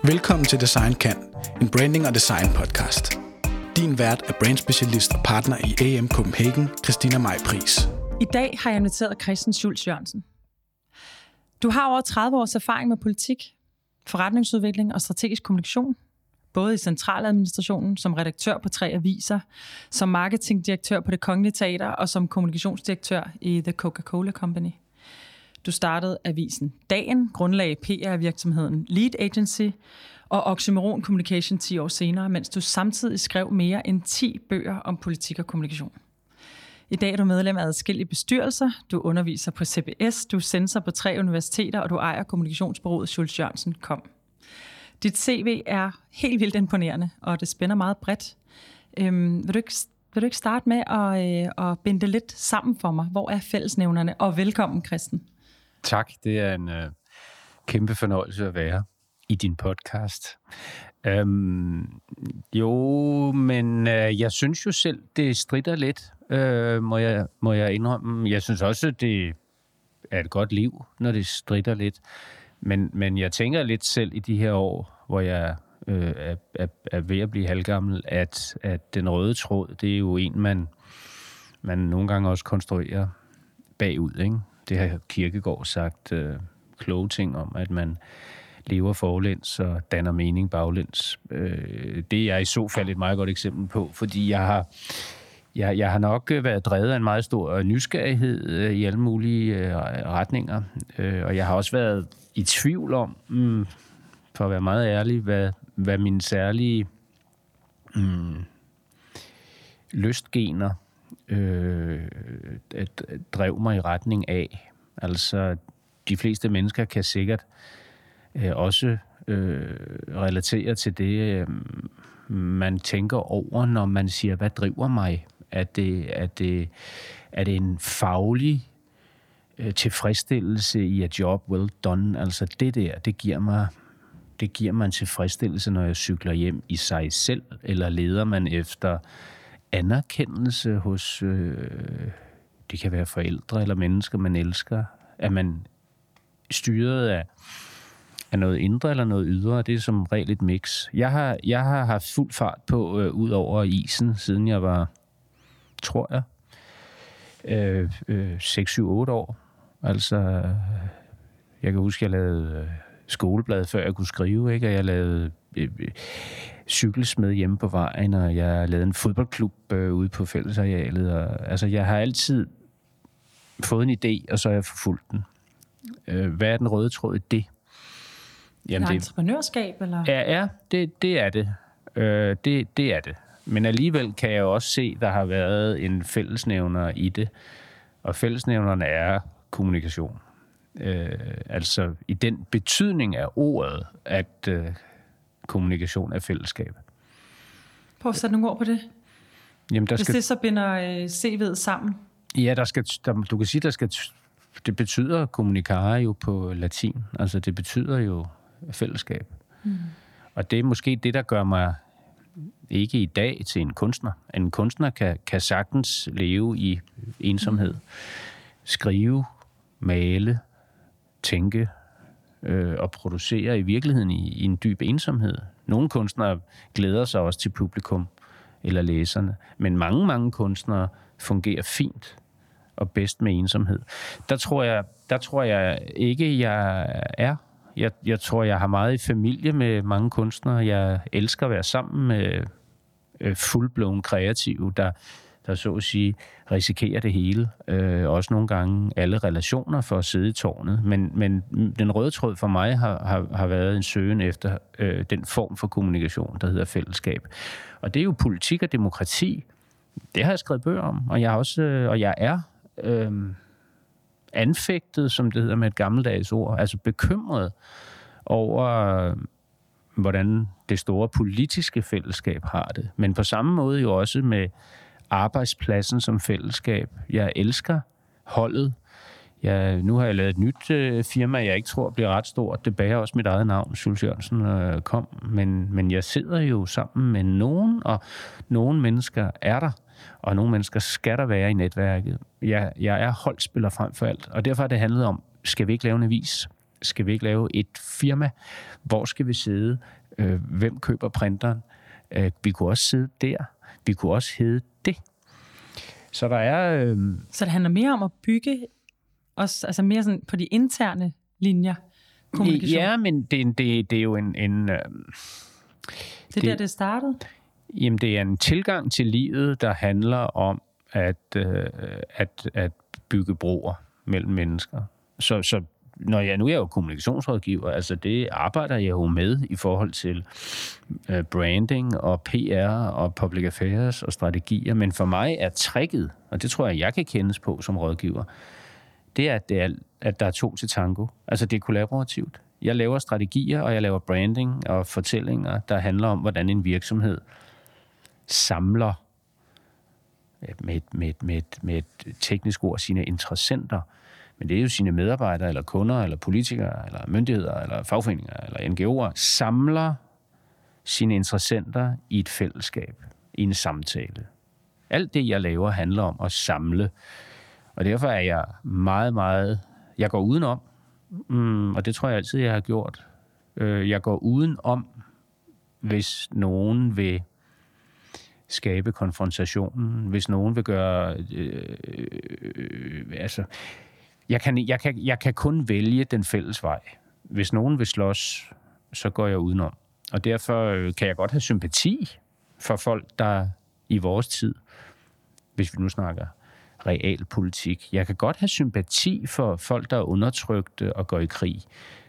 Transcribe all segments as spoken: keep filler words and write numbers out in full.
Velkommen til Design Kan, en branding og design podcast. Din vært er brandspecialist og partner i A M Copenhagen, Christina Maj Pris. I dag har jeg inviteret Christen Schultz Jørgensen. Du har over tredive års erfaring med politik, forretningsudvikling og strategisk kommunikation, både i centraladministrationen, som redaktør på tre aviser, som marketingdirektør på Det Kongelige Teater og som kommunikationsdirektør i The Coca-Cola Company. Du startede avisen Dagen, grundlagde P R-virksomheden Lead Agency og Oxymoron Communication ti år senere, mens du samtidig skrev mere end ti bøger om politik og kommunikation. I dag er du medlem af adskillige bestyrelser, du underviser på C B S, du er censor på tre universiteter, og du ejer kommunikationsbureauet Schultz Jørgensen punktum com. Dit C V er helt vildt imponerende, og det spænder meget bredt. Øhm, vil, du ikke, vil du ikke starte med at, øh, at binde det lidt sammen for mig? Hvor er fællesnævnerne? Og velkommen, Christen. Tak, det er en øh, kæmpe fornøjelse at være i din podcast. Øhm, jo, men øh, jeg synes jo selv, det stritter lidt, øh, må, jeg, må jeg indrømme. Jeg synes også, det er et godt liv, når det stritter lidt. Men, men jeg tænker lidt selv i de her år, hvor jeg øh, er, er, er ved at blive halvgammel, at, at den røde tråd, det er jo en, man, man nogle gange også konstruerer bagud, ikke? Det har Kierkegaard sagt øh, kloge ting om, at man lever forlæns og danner mening baglæns. Øh, det er i så fald et meget godt eksempel på, fordi jeg har, jeg, jeg har nok været drevet af en meget stor nysgerrighed øh, i alle mulige øh, retninger, øh, og jeg har også været i tvivl om, mm, for at være meget ærlig, hvad, hvad mine særlige mm, lystgener Øh, at, at drev mig i retning af. Altså, de fleste mennesker kan sikkert øh, også øh, relatere til det, øh, man tænker over, når man siger, hvad driver mig? Er det, er det, er det en faglig øh, tilfredsstillelse i et job well done? Altså, det der, det giver mig det giver mig en tilfredsstillelse, når jeg cykler hjem i sig selv, eller leder man efter anerkendelse hos, øh, det kan være forældre eller mennesker, man elsker. Er man styret af, af noget indre eller noget ydre? Det er som regel et mix. Jeg har, jeg har haft fuld fart på øh, ud over isen, siden jeg var, tror jeg, øh, øh, seks syv otte år. Altså, jeg kan huske, jeg lavede øh, skoleblad, før jeg kunne skrive, ikke? Og jeg lavede øh, cykelsmed hjemme på vejen, og jeg lavede en fodboldklub øh, ude på fællesarealet. Og, altså, jeg har altid fået en idé, og så har jeg forfulgt den. Øh, hvad er den røde tråd i det? Jamen, det er entreprenørskab, eller? Ja, ja det, det er det. Øh, det. Det er det. Men alligevel kan jeg også se, der har været en fællesnævner i det. Og fællesnævnerne er kommunikation. Øh, altså i den betydning af ordet, at øh, kommunikation er fællesskab. Prøv at sætte nogle ord på det. Jamen, der Hvis skal, det så binder øh, C V'et sammen. Ja, der skal, der, du kan sige, der skal, det betyder kommunicare jo på latin. Altså det betyder jo fællesskab. Mm. Og det er måske det, der gør mig ikke i dag til en kunstner. En kunstner kan, kan sagtens leve i ensomhed. Mm. Skrive, male, tænke øh, og producere i virkeligheden i, i en dyb ensomhed. Nogle kunstnere glæder sig også til publikum eller læserne, men mange, mange kunstnere fungerer fint og bedst med ensomhed. Der tror jeg, der tror jeg ikke, jeg er. Jeg, jeg tror, jeg har meget i familie med mange kunstnere. Jeg elsker at være sammen med øh, fuldblåen kreative, der der så at sige risikerer det hele. Øh, også nogle gange alle relationer for at sidde i tårnet. Men, men den røde tråd for mig har, har, har været en søgen efter øh, den form for kommunikation, der hedder fællesskab. Og det er jo politik og demokrati. Det har jeg skrevet bøger om, og jeg, har også, øh, og jeg er øh, anfægtet, som det hedder med et gammeldags ord, altså bekymret over, øh, hvordan det store politiske fællesskab har det. Men på samme måde jo også med arbejdspladsen som fællesskab. Jeg elsker holdet. Jeg, nu har jeg lavet et nyt øh, firma, jeg ikke tror bliver ret stort. Det bærer også mit eget navn, Schultz Jørgensen, øh, kom. Men, men jeg sidder jo sammen med nogen, og nogle mennesker er der, og nogle mennesker skal der være i netværket. Jeg, jeg er holdspiller frem for alt, og derfor har det handlet om, skal vi ikke lave en avis? Skal vi ikke lave et firma? Hvor skal vi sidde? Øh, hvem køber printeren? Øh, vi kunne også sidde der. Vi kunne også hedde det. Så der er... Øh... Så det handler mere om at bygge også, altså mere sådan på de interne linjer, kommunikation? Ja, men det, det, det er jo en... en øh... Det er det, der, det startede? Jamen, det er en tilgang til livet, der handler om at, øh, at, at bygge broer mellem mennesker. Så, så når jeg nu er jo kommunikationsrådgiver, altså det arbejder jeg jo med i forhold til øh, branding og P R og public affairs og strategier, men for mig er tricket, og det tror jeg, jeg kan kendes på som rådgiver, det er, at, det er, at der er to til tango. Altså det er kollaborativt. Jeg laver strategier, og jeg laver branding og fortællinger, der handler om, hvordan en virksomhed samler med et, med et, med et, med et teknisk ord sine interessenter. Men det er jo sine medarbejdere, eller kunder, eller politikere, eller myndigheder, eller fagforeninger, eller N G O'er, samler sine interessenter i et fællesskab, i en samtale. Alt det, jeg laver, handler om at samle. Og derfor er jeg meget, meget... Jeg går udenom, mm, og det tror jeg altid, jeg har gjort. Jeg går udenom, hvis nogen vil skabe konfrontationen, hvis nogen vil gøre... Øh, øh, altså... Jeg kan, jeg, kan, jeg kan kun vælge den fælles vej. Hvis nogen vil slås, så går jeg udenom. Og derfor kan jeg godt have sympati for folk, der i vores tid, hvis vi nu snakker realpolitik, jeg kan godt have sympati for folk, der er undertrykte og går i krig.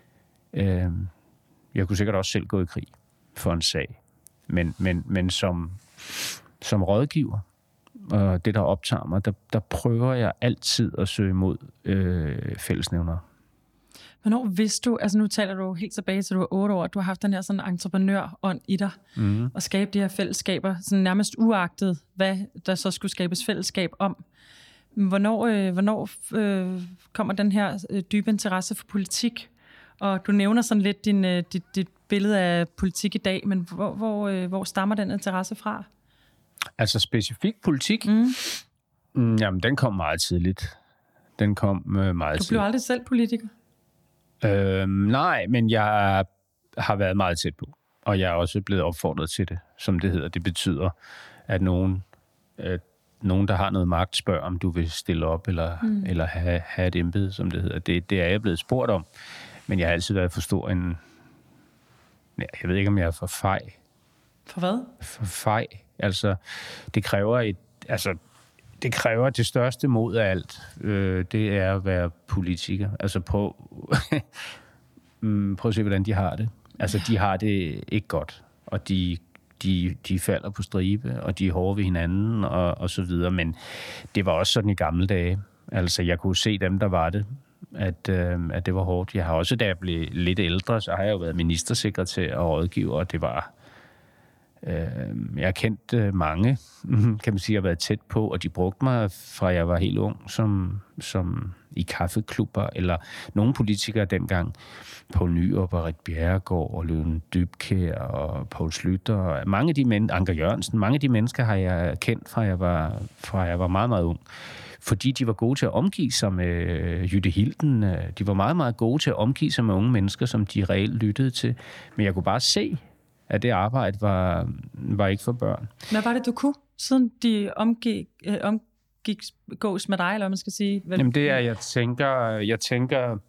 Jeg kunne sikkert også selv gå i krig for en sag. Men, men, men som, som rådgiver, og det, der optager mig, der, der prøver jeg altid at søge mod øh, fællesnævnere. Hvornår vidste du, altså nu taler du helt tilbage til du var otte år, du har haft den her sådan entreprenør-ånd i dig, mm. og skabe de her fællesskaber, sådan nærmest uagtet, hvad der så skulle skabes fællesskab om. Hvornår, øh, hvornår øh, kommer den her øh, dybe interesse for politik? Og du nævner sådan lidt din, øh, dit, dit billede af politik i dag, men hvor, hvor, øh, hvor stammer den interesse fra? Altså specifik politik? Mm. Mm, jamen, den kom meget tidligt. Den kom øh, meget tidligt. Du blev aldrig selv politiker? Øh, nej, men jeg har været meget tæt på. Og jeg er også blevet opfordret til det, som det hedder. Det betyder, at nogen, øh, nogen der har noget magt, spørger, om du vil stille op eller, mm. eller have, have et embede, som det hedder. Det, det er jeg blevet spurgt om. Men jeg har altid været for stor en... Ja, jeg ved ikke, om jeg er for fej. For hvad? For fej. Altså, det kræver et, altså, det kræver det største mod af alt. Øh, det er at være politiker. Altså, prøv, prøv at se, hvordan de har det. Altså, de har det ikke godt, og de, de, de falder på stribe, og de er hårde ved hinanden, og, og så videre. Men det var også sådan i gamle dage. Altså, jeg kunne se dem, der var det, at, øh, at det var hårdt. Jeg har også, da jeg blev lidt ældre, så har jeg jo været ministersekretær og rådgiver, og det var... Jeg har kendt mange, kan man sige, jeg har været tæt på, og de brugte mig fra jeg var helt ung, som, som i kaffeklubber, eller nogle politikere dengang, Poul Nyrup og Rik Bjerregaard og Løven Dybkjær og Poul Schlüter, mange af de mennesker, Anker Jørgensen, mange af de mennesker har jeg kendt fra jeg var, fra jeg var meget, meget ung. Fordi de var gode til at omgive sig med Jytte Hilden. De var meget, meget gode til at omgive sig med unge mennesker, som de reelt lyttede til. Men jeg kunne bare se, at det arbejde var, var ikke for børn. Hvad var det, du kunne, siden de omgik, øh, omgik gås med dig, eller hvad man skal sige? Hvad... Jamen det er, jeg tænker, jeg tænker,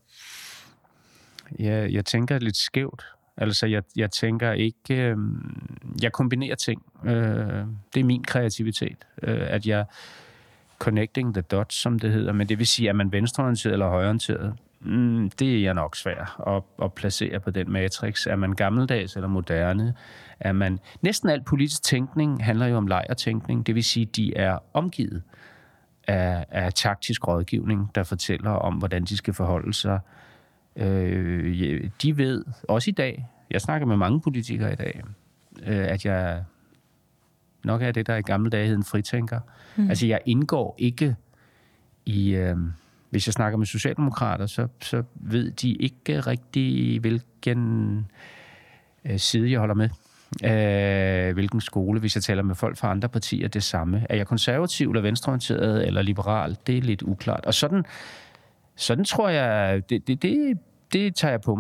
ja, jeg tænker lidt skævt. Altså jeg, jeg tænker ikke, øh, jeg kombinerer ting. Øh, det er min kreativitet, øh, at jeg connecting the dots, som det hedder, men det vil sige, at man venstreorienteret eller højreorienteret. Mm, det er jeg nok svær at, at placere på den matrix. Er man gammeldags eller moderne? Er man... Næsten al politisk tænkning handler jo om lejrtænkning. Det vil sige, at de er omgivet af, af taktisk rådgivning, der fortæller om, hvordan de skal forholde sig. Øh, de ved, også i dag, jeg snakker med mange politikere i dag, øh, at jeg nok er det, der i gamle dage hed en fritænker. Mm. Altså, jeg indgår ikke i... Øh, Hvis jeg snakker med socialdemokrater, så, så ved de ikke rigtig, hvilken øh, side jeg holder med. Øh, hvilken skole. Hvis jeg taler med folk fra andre partier, det samme. Er jeg konservativ, eller venstreorienteret, eller liberal? Det er lidt uklart. Og sådan, sådan tror jeg, det, det, det, det tager jeg på mig.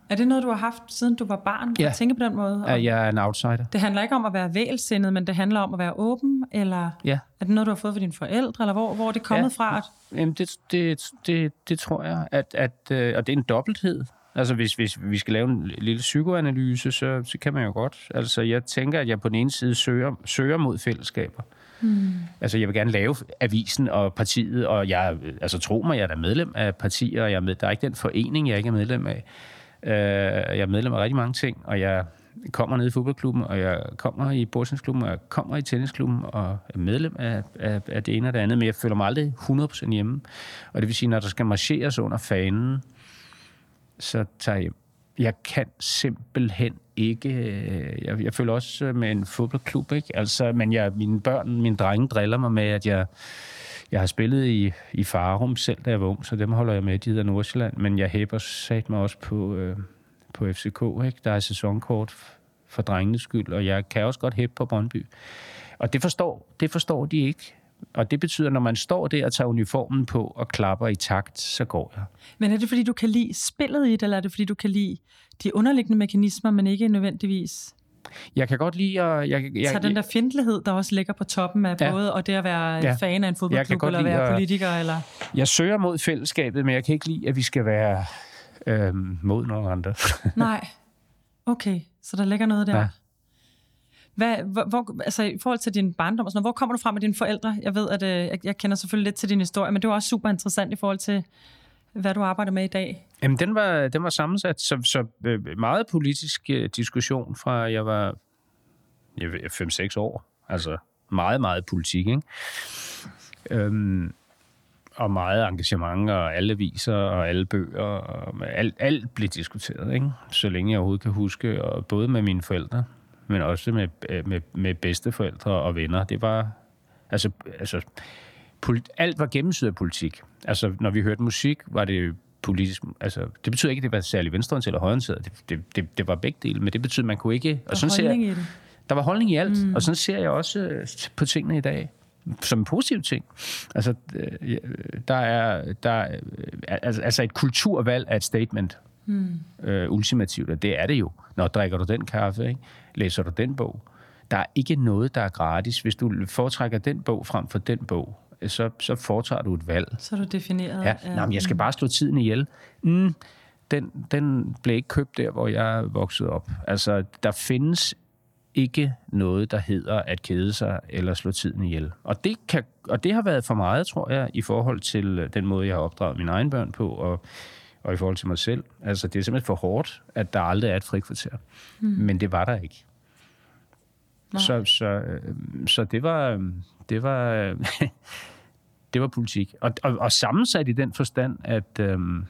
Er det noget, du har haft, siden du var barn, Ja. at tænke på den måde? Ja, jeg er en outsider. Det handler ikke om at være vælsindet, men det handler om at være åben, eller Ja. er det noget, du har fået fra dine forældre, eller hvor, hvor er det kommet Ja. fra? At... Jamen, det, det, det, det tror jeg, at, at, øh, og det er en dobbelthed. Altså, hvis, hvis vi skal lave en lille psykoanalyse, så, så kan man jo godt. Altså, jeg tænker, at jeg på den ene side søger, søger mod fællesskaber. Hmm. Altså, jeg vil gerne lave avisen og partiet, og jeg, altså, tro mig, jeg er da medlem af partier, og jeg er med, der er ikke den forening, jeg ikke er medlem af. Uh, jeg er medlem af rigtig mange ting, og jeg kommer ned i fodboldklubben, og jeg kommer i bordtennisklubben, og jeg kommer i tennisklubben, og er medlem af, af, af det ene og det andet, men jeg føler mig aldrig hundrede procent hjemme. Og det vil sige, når der skal marcheres under fanen, så tager jeg hjem. Jeg kan simpelthen ikke... Jeg, jeg føler også med en fodboldklub, ikke? Altså, men jeg, mine børn, mine drenge driller mig med, at jeg, jeg har spillet i, i Farum selv, da jeg var ung, så dem holder jeg med, de hedder Nordsjælland, men jeg hæber sat mig også på, øh, på F C K, ikke? Der er sæsonkort for drengenes skyld, og jeg kan også godt hæbe på Brøndby. Og det forstår, det forstår de ikke. Og det betyder, når man står der og tager uniformen på og klapper i takt, så går jeg. Men er det, fordi du kan lide spillet i det, eller er det, fordi du kan lide de underliggende mekanismer, men ikke nødvendigvis? Jeg kan godt lide at... Jeg, jeg, så den der fjendtlighed, der også ligger på toppen af ja. både, og det at være ja. fan af en fodboldklub, eller være at, politiker, eller... Jeg søger mod fællesskabet, men jeg kan ikke lide, at vi skal være øhm, mod nogle andre. Nej. Okay, så der ligger noget der. Ja. Hvad, hvor, altså i forhold til din barndom og sådan noget, hvor kommer du fra med dine forældre? Jeg ved, at øh, jeg, jeg kender selvfølgelig lidt til din historie, men det var også super interessant i forhold til, hvad du arbejder med i dag. Jamen, den var, den var sammensat så, så meget politisk øh, diskussion fra, jeg var fem seks år. Altså meget, meget politik, ikke? Øhm, og meget engagement, og alle aviser, og alle bøger, og alt, alt blev diskuteret, ikke? Så længe jeg overhovedet kan huske, og både med mine forældre, men også med, med, med bedsteforældre og venner. Det var, altså, altså polit, alt var gennemsyret af politik. Altså, når vi hørte musik, var det politisk, altså, det betyder ikke, at det var særlig venstreorienteret eller højreorienteret. Det, det, det, det var begge dele, men det betyder, at man kunne ikke... Og sådan holdning ser, i det. Der var holdning i alt, mm. og sådan ser jeg også på tingene i dag. Som en positiv ting. Altså, der er, der er, altså et kulturvalg er et statement. Hmm. Øh, ultimativt, og det er det jo. Når drikker du den kaffe, ikke? Læser du den bog. Der er ikke noget, der er gratis. Hvis du foretrækker den bog frem for den bog, så, så foretager du et valg. Så er du defineret. Ja, af... Nej, men jeg skal bare slå tiden ihjel. Mm, den, den blev ikke købt der, hvor jeg voksede op. Altså, der findes ikke noget, der hedder at kede sig eller slå tiden ihjel. Og det, kan, og det har været for meget, tror jeg, i forhold til den måde, jeg har opdraget mine egne børn på, og og i forhold til mig selv. Altså, det er simpelthen for hårdt, at der aldrig er et frikvarter. Mm. Men det var der ikke. Så, så, så det var det var det var politik. Og, og, og sammensat i den forstand, at øhm,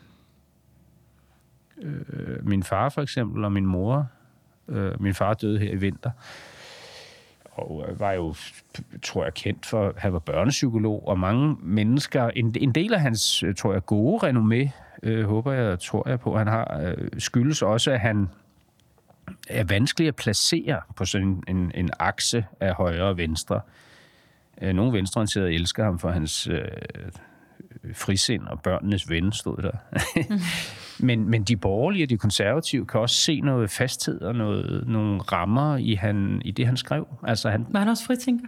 øh, min far for eksempel, og min mor, øh, min far døde her i vinter, og var jo, tror jeg, kendt for at han var børnepsykolog, og mange mennesker, en, en del af hans, tror jeg, gode renommé, øh, håber jeg, tror jeg på, han har, øh, skyldes også, at han er vanskelig at placere på sådan en, en, en akse af højre og venstre. Øh, nogle venstreorienterede elsker ham for hans øh, frisind, og børnenes ven stod der. mm. men, men de borgerlige og de konservative kan også se noget fasthed og noget, nogle rammer i, han, i det, han skrev. Altså, han, var han også fritænker?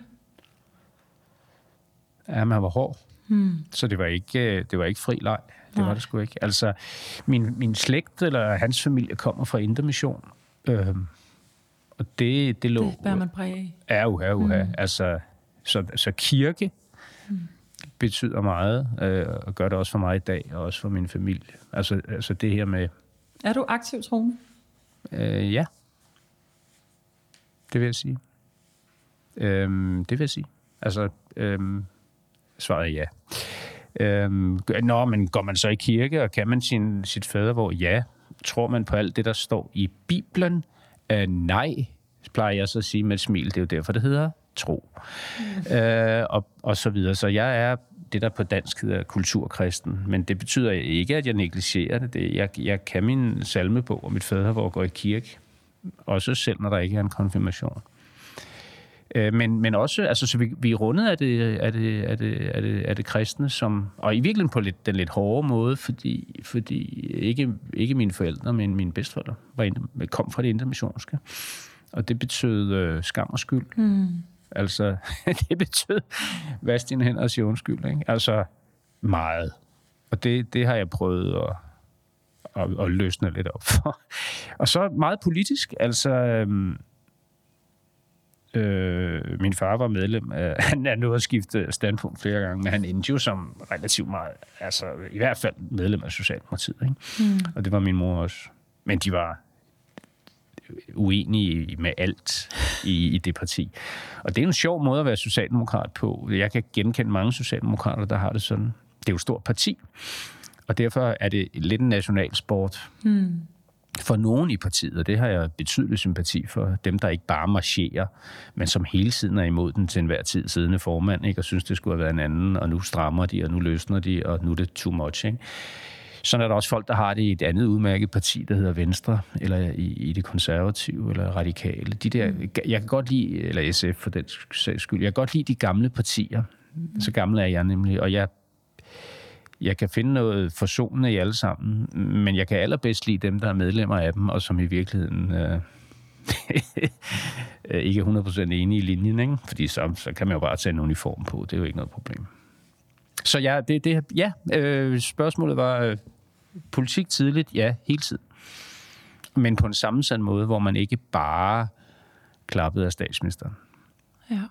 Ja, men han var hård. Hmm. Så det var ikke, det var ikke fri leg. Det Nej. var det sgu ikke. Altså, min, min slægt eller hans familie kommer fra Indre Mission. Øhm, og det, det lå... Det bærer man præg af. Ja, uha, uha. Hmm. Altså, så, så kirke hmm. betyder meget, øh, og gør det også for mig i dag, og også for min familie. Altså, altså det her med... Er du aktiv troende? Øh, ja. Det vil jeg sige. Øhm, det vil jeg sige. Altså, øhm, svaret er ja. Øhm, nå, men går man så i kirke, og kan man sin, sit fadervor? Ja. Tror man på alt det, der står i Bibelen? Øh, nej, plejer jeg så at sige med et smil. Det er jo derfor, det hedder tro. Mm. Øh, og, og så videre. Så jeg er det, der på dansk hedder kulturkristen. Men det betyder ikke, at jeg negligerer det. det jeg, jeg kan min salmebog og mit fadervor går i kirke. Også selv, når der ikke er en konfirmation. Øh, men, men også, altså, så vi, vi er rundet af det, af, det, af, det, af, det, af det kristne, som, og i virkeligheden på lidt, den lidt hårde måde, fordi, fordi ikke, ikke mine forældre, men mine bedsteforældre var inde, kom fra det intermissionske. Og det betød øh, skam og skyld. Mm. Altså, det betød vask dine hænder og sige undskyld, ikke? Altså, meget. Og det, det har jeg prøvet at, at, at løsne lidt op for. Og så meget politisk, altså... Øhm, Øh, min far var medlem af, han er nået at skifte standpunkt flere gange, men han endte jo som relativt meget, altså i hvert fald medlem af Socialdemokratiet, ikke? Mm. Og det var min mor også. Men de var uenige med alt i, i det parti. Og det er en sjov måde at være socialdemokrat på. Jeg kan genkende mange socialdemokrater, der har det sådan. Det er jo et stort parti, og derfor er det lidt en nationalsport. Mm. For nogen i partiet, og det har jeg betydelig sympati for, dem, der ikke bare marcherer, men som hele tiden er imod den til enhver tid siddende formand, ikke? Og synes, det skulle have været en anden, og nu strammer de, og nu løsner de, og nu er det too much. Ikke? Sådan er der også folk, der har det i et andet udmærket parti, der hedder Venstre, eller i, i det konservative, eller radikale. De der, jeg kan godt lide, eller S F for den sags skyld, jeg kan godt lide de gamle partier. Så gamle er jeg nemlig, og jeg Jeg kan finde noget forsonende i alle sammen, men jeg kan allerbedst lide dem, der er medlemmer af dem, og som i virkeligheden øh, ikke er hundrede procent enige i linjen, ikke? Fordi så, så kan man jo bare tage en uniform på. Det er jo ikke noget problem. Så ja, det, det, ja øh, spørgsmålet var øh, politik tidligt, ja, hele tiden. Men på en sammensat måde, hvor man ikke bare klappede af statsministeren. Ja.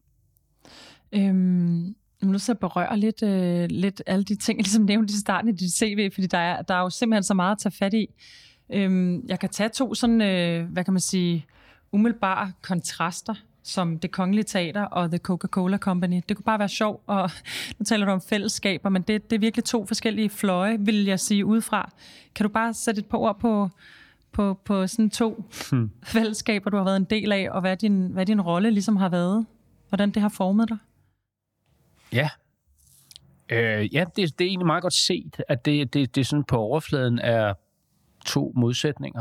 Øhm Nu er så berøre lidt, øh, lidt alle de ting, jeg ligesom nævnte i starten i dit C V, fordi der er, der er jo simpelthen så meget at tage fat i. Øhm, jeg kan tage to sådan, øh, hvad kan man sige, umiddelbare kontraster, som Det Kongelige Teater og The Coca-Cola Company. Det kunne bare være sjovt, og nu taler du om fællesskaber, men det, det er virkelig to forskellige fløje, vil jeg sige, udefra. Kan du bare sætte et par ord på, på, på sådan to hmm. fællesskaber, du har været en del af, og hvad din, hvad din rolle ligesom har været? Hvordan det har formet dig? Ja, øh, ja det, det er egentlig meget godt set, at det, det, det sådan på overfladen er to modsætninger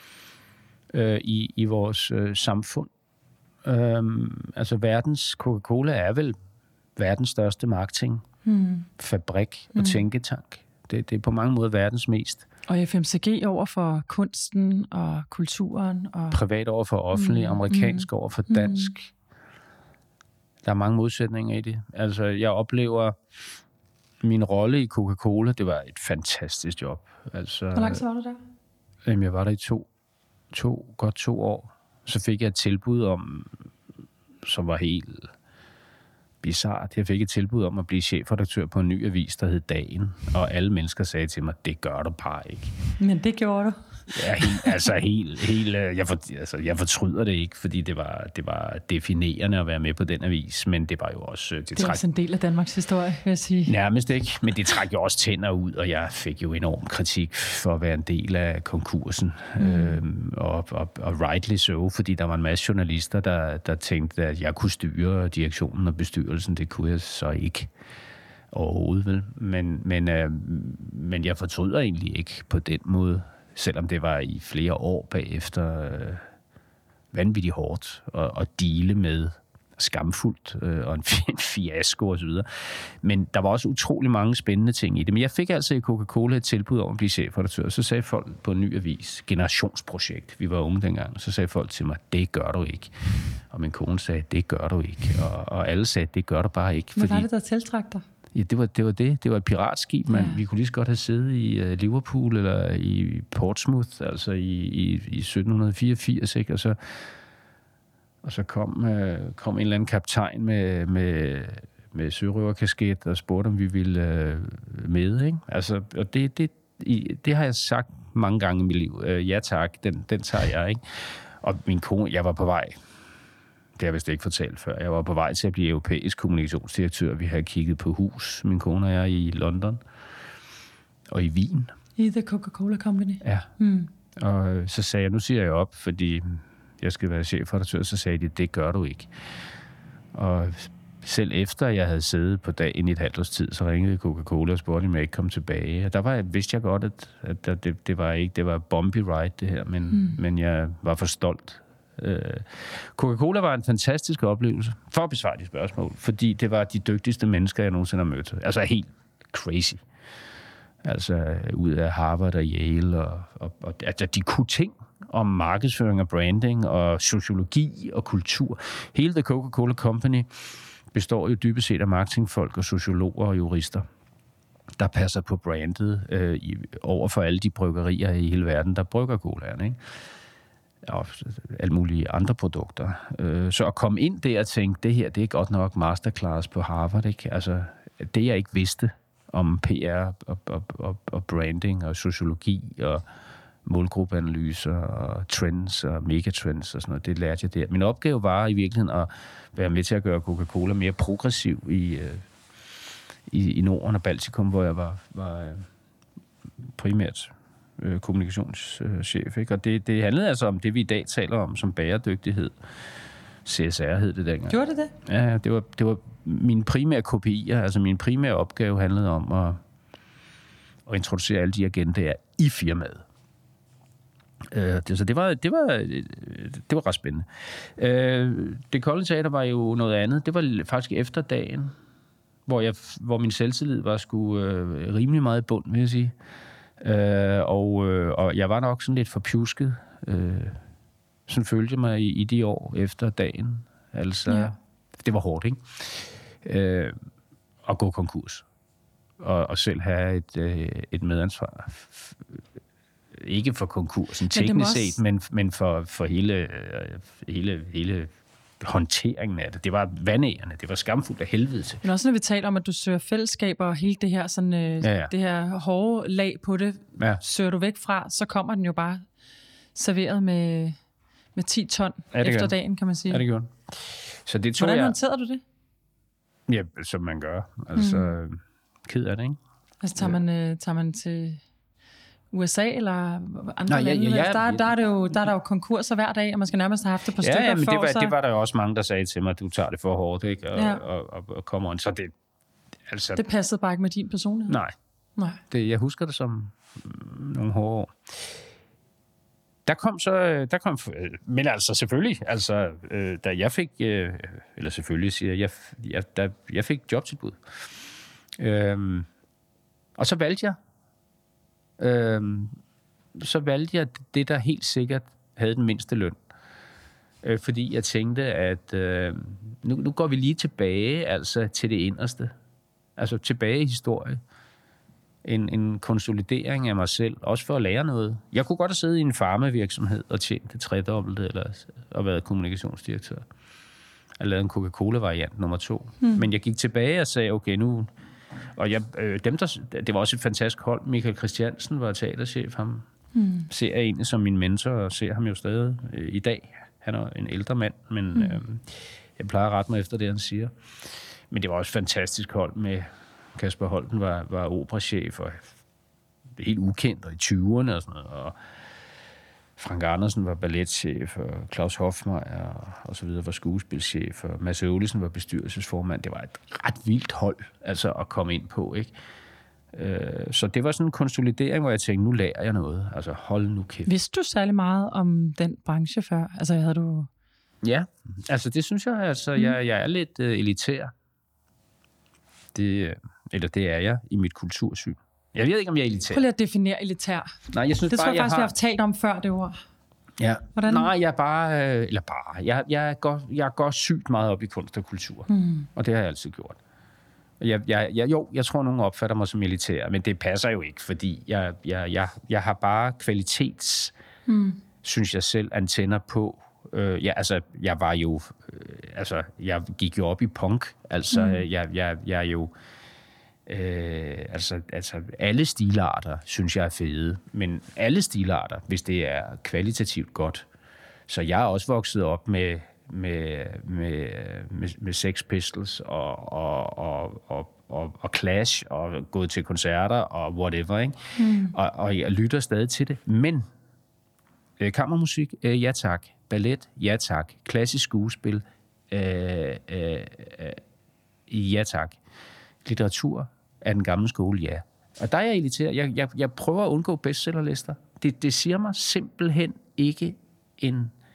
øh, i, i vores øh, samfund. Øhm, altså verdens Coca-Cola er vel verdens største marketing, mm. fabrik og mm. tænketank. Det, det er på mange måder verdens mest. Og F M C G over for kunsten og kulturen. Og privat over for offentlig, mm. amerikansk mm. over for dansk. Mm. Der er mange modsætninger i det. Altså, jeg oplever min rolle i Coca-Cola, det var et fantastisk job. Altså, hvor lang tid var du der? Jamen, jeg var der i to, to, godt to år. Så fik jeg et tilbud om, som var helt bizarrt. Jeg fik et tilbud om at blive chefredaktør på en ny avis, der hed Dagen. Og alle mennesker sagde til mig, det gør du bare ikke. Men det gjorde du. Ja, helt, altså helt, helt jeg, for, altså, jeg fortryder det ikke, fordi det var, det var definerende at være med på den avis, men det var jo også... Det, det er træk... også en del af Danmarks historie, vil jeg sige. Nærmest ikke, men det trak jo også tænder ud, og jeg fik jo enorm kritik for at være en del af konkursen. Mm. Øhm, og, og, og rightly so, fordi der var en masse journalister, der, der tænkte, at jeg kunne styre direktionen og bestyrelsen. Det kunne jeg så ikke overhovedet, vel? Men, men, øh, men jeg fortryder egentlig ikke på den måde, selvom det var i flere år bagefter øh, vanvittigt hårdt at, at deale med skamfuldt øh, og en, en fiasko og så videre. Men der var også utrolig mange spændende ting i det. Men jeg fik altså i Coca-Cola et tilbud om at blive chefredaktør. Så sagde folk på en ny avis, generationsprojekt, vi var unge dengang, så sagde folk til mig, det gør du ikke. Og min kone sagde, det gør du ikke. Og, og alle sagde, det gør du bare ikke. Hvad fordi... var det, der tiltrak dig? Ja, det var, det var det. Det var et piratskib, man. Ja. Vi kunne lige så godt have siddet i uh, Liverpool eller i Portsmouth, altså i, i, i sytten fireogfirs, ikke? Og så, og så kom, uh, kom en eller anden kaptajn med, med, med sørøverkasket og spurgte, om vi ville uh, med, ikke? Altså, og det, det, i, det har jeg sagt mange gange i mit liv. Uh, ja tak, den, den tager jeg, ikke? Og min kone, jeg var på vej... Det har jeg vist ikke fortalt før. Jeg var på vej til at blive europæisk kommunikationsdirektør. Vi havde kigget på hus, min kone og jeg, i London og i Wien. I The Coca-Cola Company? Ja. Hmm. Og så sagde jeg, nu siger jeg op, fordi jeg skal være chefredaktør. Så sagde de, det gør du ikke. Og selv efter jeg havde siddet på dagen i et halvt års tid, så ringede Coca-Cola og spurgte, om jeg ikke kom tilbage. Og der var, vidste jeg godt, at, at det, det var ikke, det var bumpy ride, det her, men, hmm. men jeg var for stolt Øh, Coca-Cola var en fantastisk oplevelse, for at besvare de spørgsmål, fordi det var de dygtigste mennesker, jeg nogensinde har mødt. Altså helt crazy. Altså ud af Harvard og Yale, og, og, og altså, de kunne ting om markedsføring og branding og sociologi og kultur. Hele The Coca-Cola Company består jo dybest set af marketingfolk og sociologer og jurister, der passer på brandet øh, i, over for alle de bryggerier i hele verden, der brygger colaen, ikke? Og alle mulige andre produkter. Øh, så at komme ind der og tænke, det her, det er godt nok masterclass på Harvard, ikke? Altså, det jeg ikke vidste om P R og, og, og, og branding og sociologi og målgruppeanalyser og trends og megatrends og sådan noget, det lærte jeg der. Min opgave var i virkeligheden at være med til at gøre Coca-Cola mere progressiv i, i, i Norden og Baltikum, hvor jeg var, var primært øh, kommunikationschef. Ikke? Og det, det handlede altså om det, vi i dag taler om som bæredygtighed. C S R hed det dengang. Gjorde det det? Ja, det var, det var mine primære K P I'er, altså min primære opgave handlede om at, at introducere alle de agendaer i firmaet. Uh, det, så det var, det, var, det var ret spændende. Uh, det Kolde Teater var jo noget andet. Det var faktisk efter dagen, hvor, jeg, hvor min selvtillid var sgu uh, rimelig meget i bund, vil jeg sige. Uh, og, uh, og jeg var nok sådan lidt forpjusket. Uh, sådan følte jeg mig i, i de år efter dagen. Altså, ja. Det var hårdt, ikke? Uh, at gå konkurs. Og, og selv have et, uh, et medansvar. Ikke for konkursen teknisk også set, men, men for, for hele, hele, hele håndteringen af det. Det var vandærende, det var skamfuldt af helvede til. Men også når vi taler om, at du søger fællesskaber og hele det her, sådan, øh, ja, ja. det her hårde lag på det, ja. søger du væk fra, så kommer den jo bare serveret med, med ti ton ja, efter dagen, kan man sige. Ja, det gjorde så det Hvordan jeg... håndterede du det? Ja, som man gør. Altså, mm. ked af det, ikke? Altså, tager man, øh, tager man til U S A eller andre Nå, ja, lande? Ja, ja, altså, der, der, er det jo, der er der jo konkurser hver dag, og man skal nærmest have haft det på stykker ja, ja, men for, det var, så... det var der jo også mange, der sagde til mig, at du tager det for hårdt, ikke? Og, ja. og, og, og kommer on. Så det... Altså, det passede bare ikke med din personlighed? Nej. nej. Det, jeg husker det som nogle hårde år. Der kom så... Der kom, men altså selvfølgelig, altså, øh, da jeg fik... Øh, eller selvfølgelig siger jeg, jeg, da jeg fik jobtilbud. Øh, og så valgte jeg... Øh, så valgte jeg det, der helt sikkert havde den mindste løn. Øh, fordi jeg tænkte, at øh, nu, nu går vi lige tilbage altså til det inderste. Altså tilbage i historie. En, en konsolidering af mig selv, også for at lære noget. Jeg kunne godt have siddet i en farmavirksomhed og tjent det tredobbelte, eller og været kommunikationsdirektør. Jeg lavede en Coca-Cola-variant nummer to. Hmm. Men jeg gik tilbage og sagde, okay, nu... Og jeg, øh, dem, der, det var også et fantastisk hold. Michael Christiansen var teaterchef. Ham hmm. ser jeg egentlig som min mentor, og ser ham jo stadig øh, i dag. Han er en ældre mand, men hmm. øh, jeg plejer at rette mig efter det, han siger. Men det var også et fantastisk hold med... Kasper Holten var, var operachef og helt ukendt og i tyverne og sådan noget. Og Frank Andersen var balletchef, og Claus Hofmeier og, og så videre var skuespilchef, og Mads Øvlesen var bestyrelsesformand. Det var et ret vildt hold altså, at komme ind på, ikke? Øh, så det var sådan en konsolidering, hvor jeg tænkte, nu lærer jeg noget. Altså hold nu kæft. Vidste du særlig meget om den branche før? Altså havde du... Ja, altså det synes jeg. Altså, mm. jeg, jeg er lidt uh, elitær. Det, eller det er jeg i mit kultursyn. Jeg ved ikke, om jeg er elitær. Prøv lige at definere elitær. Nej, jeg synes det bare, tror jeg, jeg faktisk, har... vi har talt om før, det ord. Ja. Hvordan? Nej, jeg er bare... Eller bare... Jeg, jeg, går, jeg går sygt meget op i kunst og kultur. Mm. Og det har jeg altid gjort. Jeg, jeg, jeg, jo, jeg tror, nogen opfatter mig som elitær, men det passer jo ikke, fordi jeg, jeg, jeg, jeg har bare kvalitets... Mm. Synes jeg selv, antenner på... Øh, ja, altså, jeg var jo... Øh, altså, jeg gik jo op i punk. Altså, mm. jeg, jeg, jeg er jo... Øh, altså, altså, alle stilarter, synes jeg er fede. Men alle stilarter, hvis det er kvalitativt godt. Så jeg er også vokset op med, med, med, med, med Sex Pistols og, og, og, og, og, og Clash og gået til koncerter og whatever, ikke? Mm. Og, og jeg lytter stadig til det. Men øh, kammermusik, øh, ja tak. Ballet, ja tak. Klassisk skuespil, øh, øh, øh, ja tak. Litteratur af den gamle skole, ja. Og der er jeg elitær. Jeg, jeg, jeg prøver at undgå bestsellerlister. Det, det siger mig simpelthen ikke en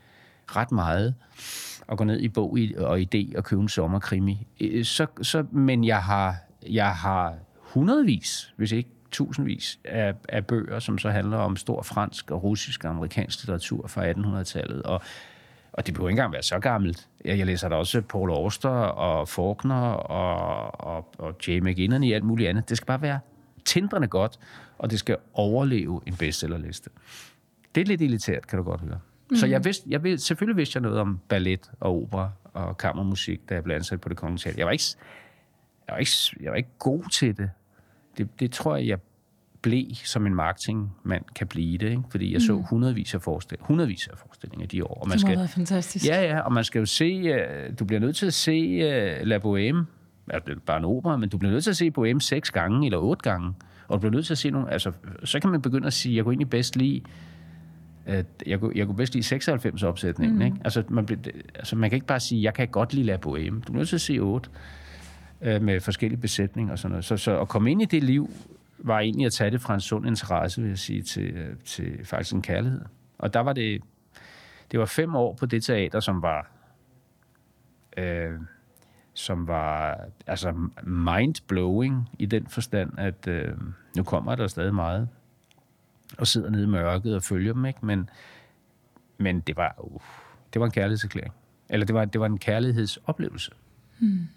ret meget at gå ned i bog og idé og købe en sommerkrimi. Så, så, men jeg har, jeg har hundredvis, hvis ikke tusindvis af, af bøger, som så handler om stor fransk og russisk og amerikansk litteratur fra attenhundredetallet. Og, og det behøver ikke engang være så gammelt. Jeg, jeg læser da også Paul Auster og Faulkner og, og, og J. McGinnon i alt muligt andet. Det skal bare være tindrende godt, og det skal overleve en bestsellerliste. Det er lidt irriteret, kan du godt høre. Mm. Så jeg vidste, jeg vidste, selvfølgelig vidste jeg noget om ballet og opera og kammermusik, da jeg blev ansat på Det Kongelige Teater. Jeg var ikke, jeg var ikke, jeg var ikke god til det. det. Det tror jeg, jeg blev, som en marketingmand kan blive det, ikke? Fordi jeg så mm. hundredvis af forestillinger, hundredvis af forestillinger de år. Og man det må skal, være fantastisk. Ja, ja, og man skal jo se, du bliver nødt til at se uh, La Bohème, ja, det er bare en opera, men du bliver nødt til at se Bohème seks gange eller otte gange, og du bliver nødt til at se nogle, altså, så kan man begynde at sige, jeg kunne egentlig bedst lide Jeg kunne, jeg kunne bedst lide seksoghalvfems-opsætningen. Mm. Ikke? Altså, man, altså, man kan ikke bare sige, jeg kan godt lide La Bohème. Du er nødt til at se otte øh, med forskellige besætninger og sådan noget. Så, så at komme ind i det liv, var egentlig at tage det fra en sund interesse, vil jeg sige, til, til faktisk en kærlighed. Og der var det, det var fem år på det teater, som var, øh, som var altså mind-blowing i den forstand, at øh, nu kommer der stadig meget og sidder nede i mørket og følger dem, ikke? Men, men det var uh, det var en kærlighedserklæring. Eller det var, det var en kærlighedsoplevelse. Hmm.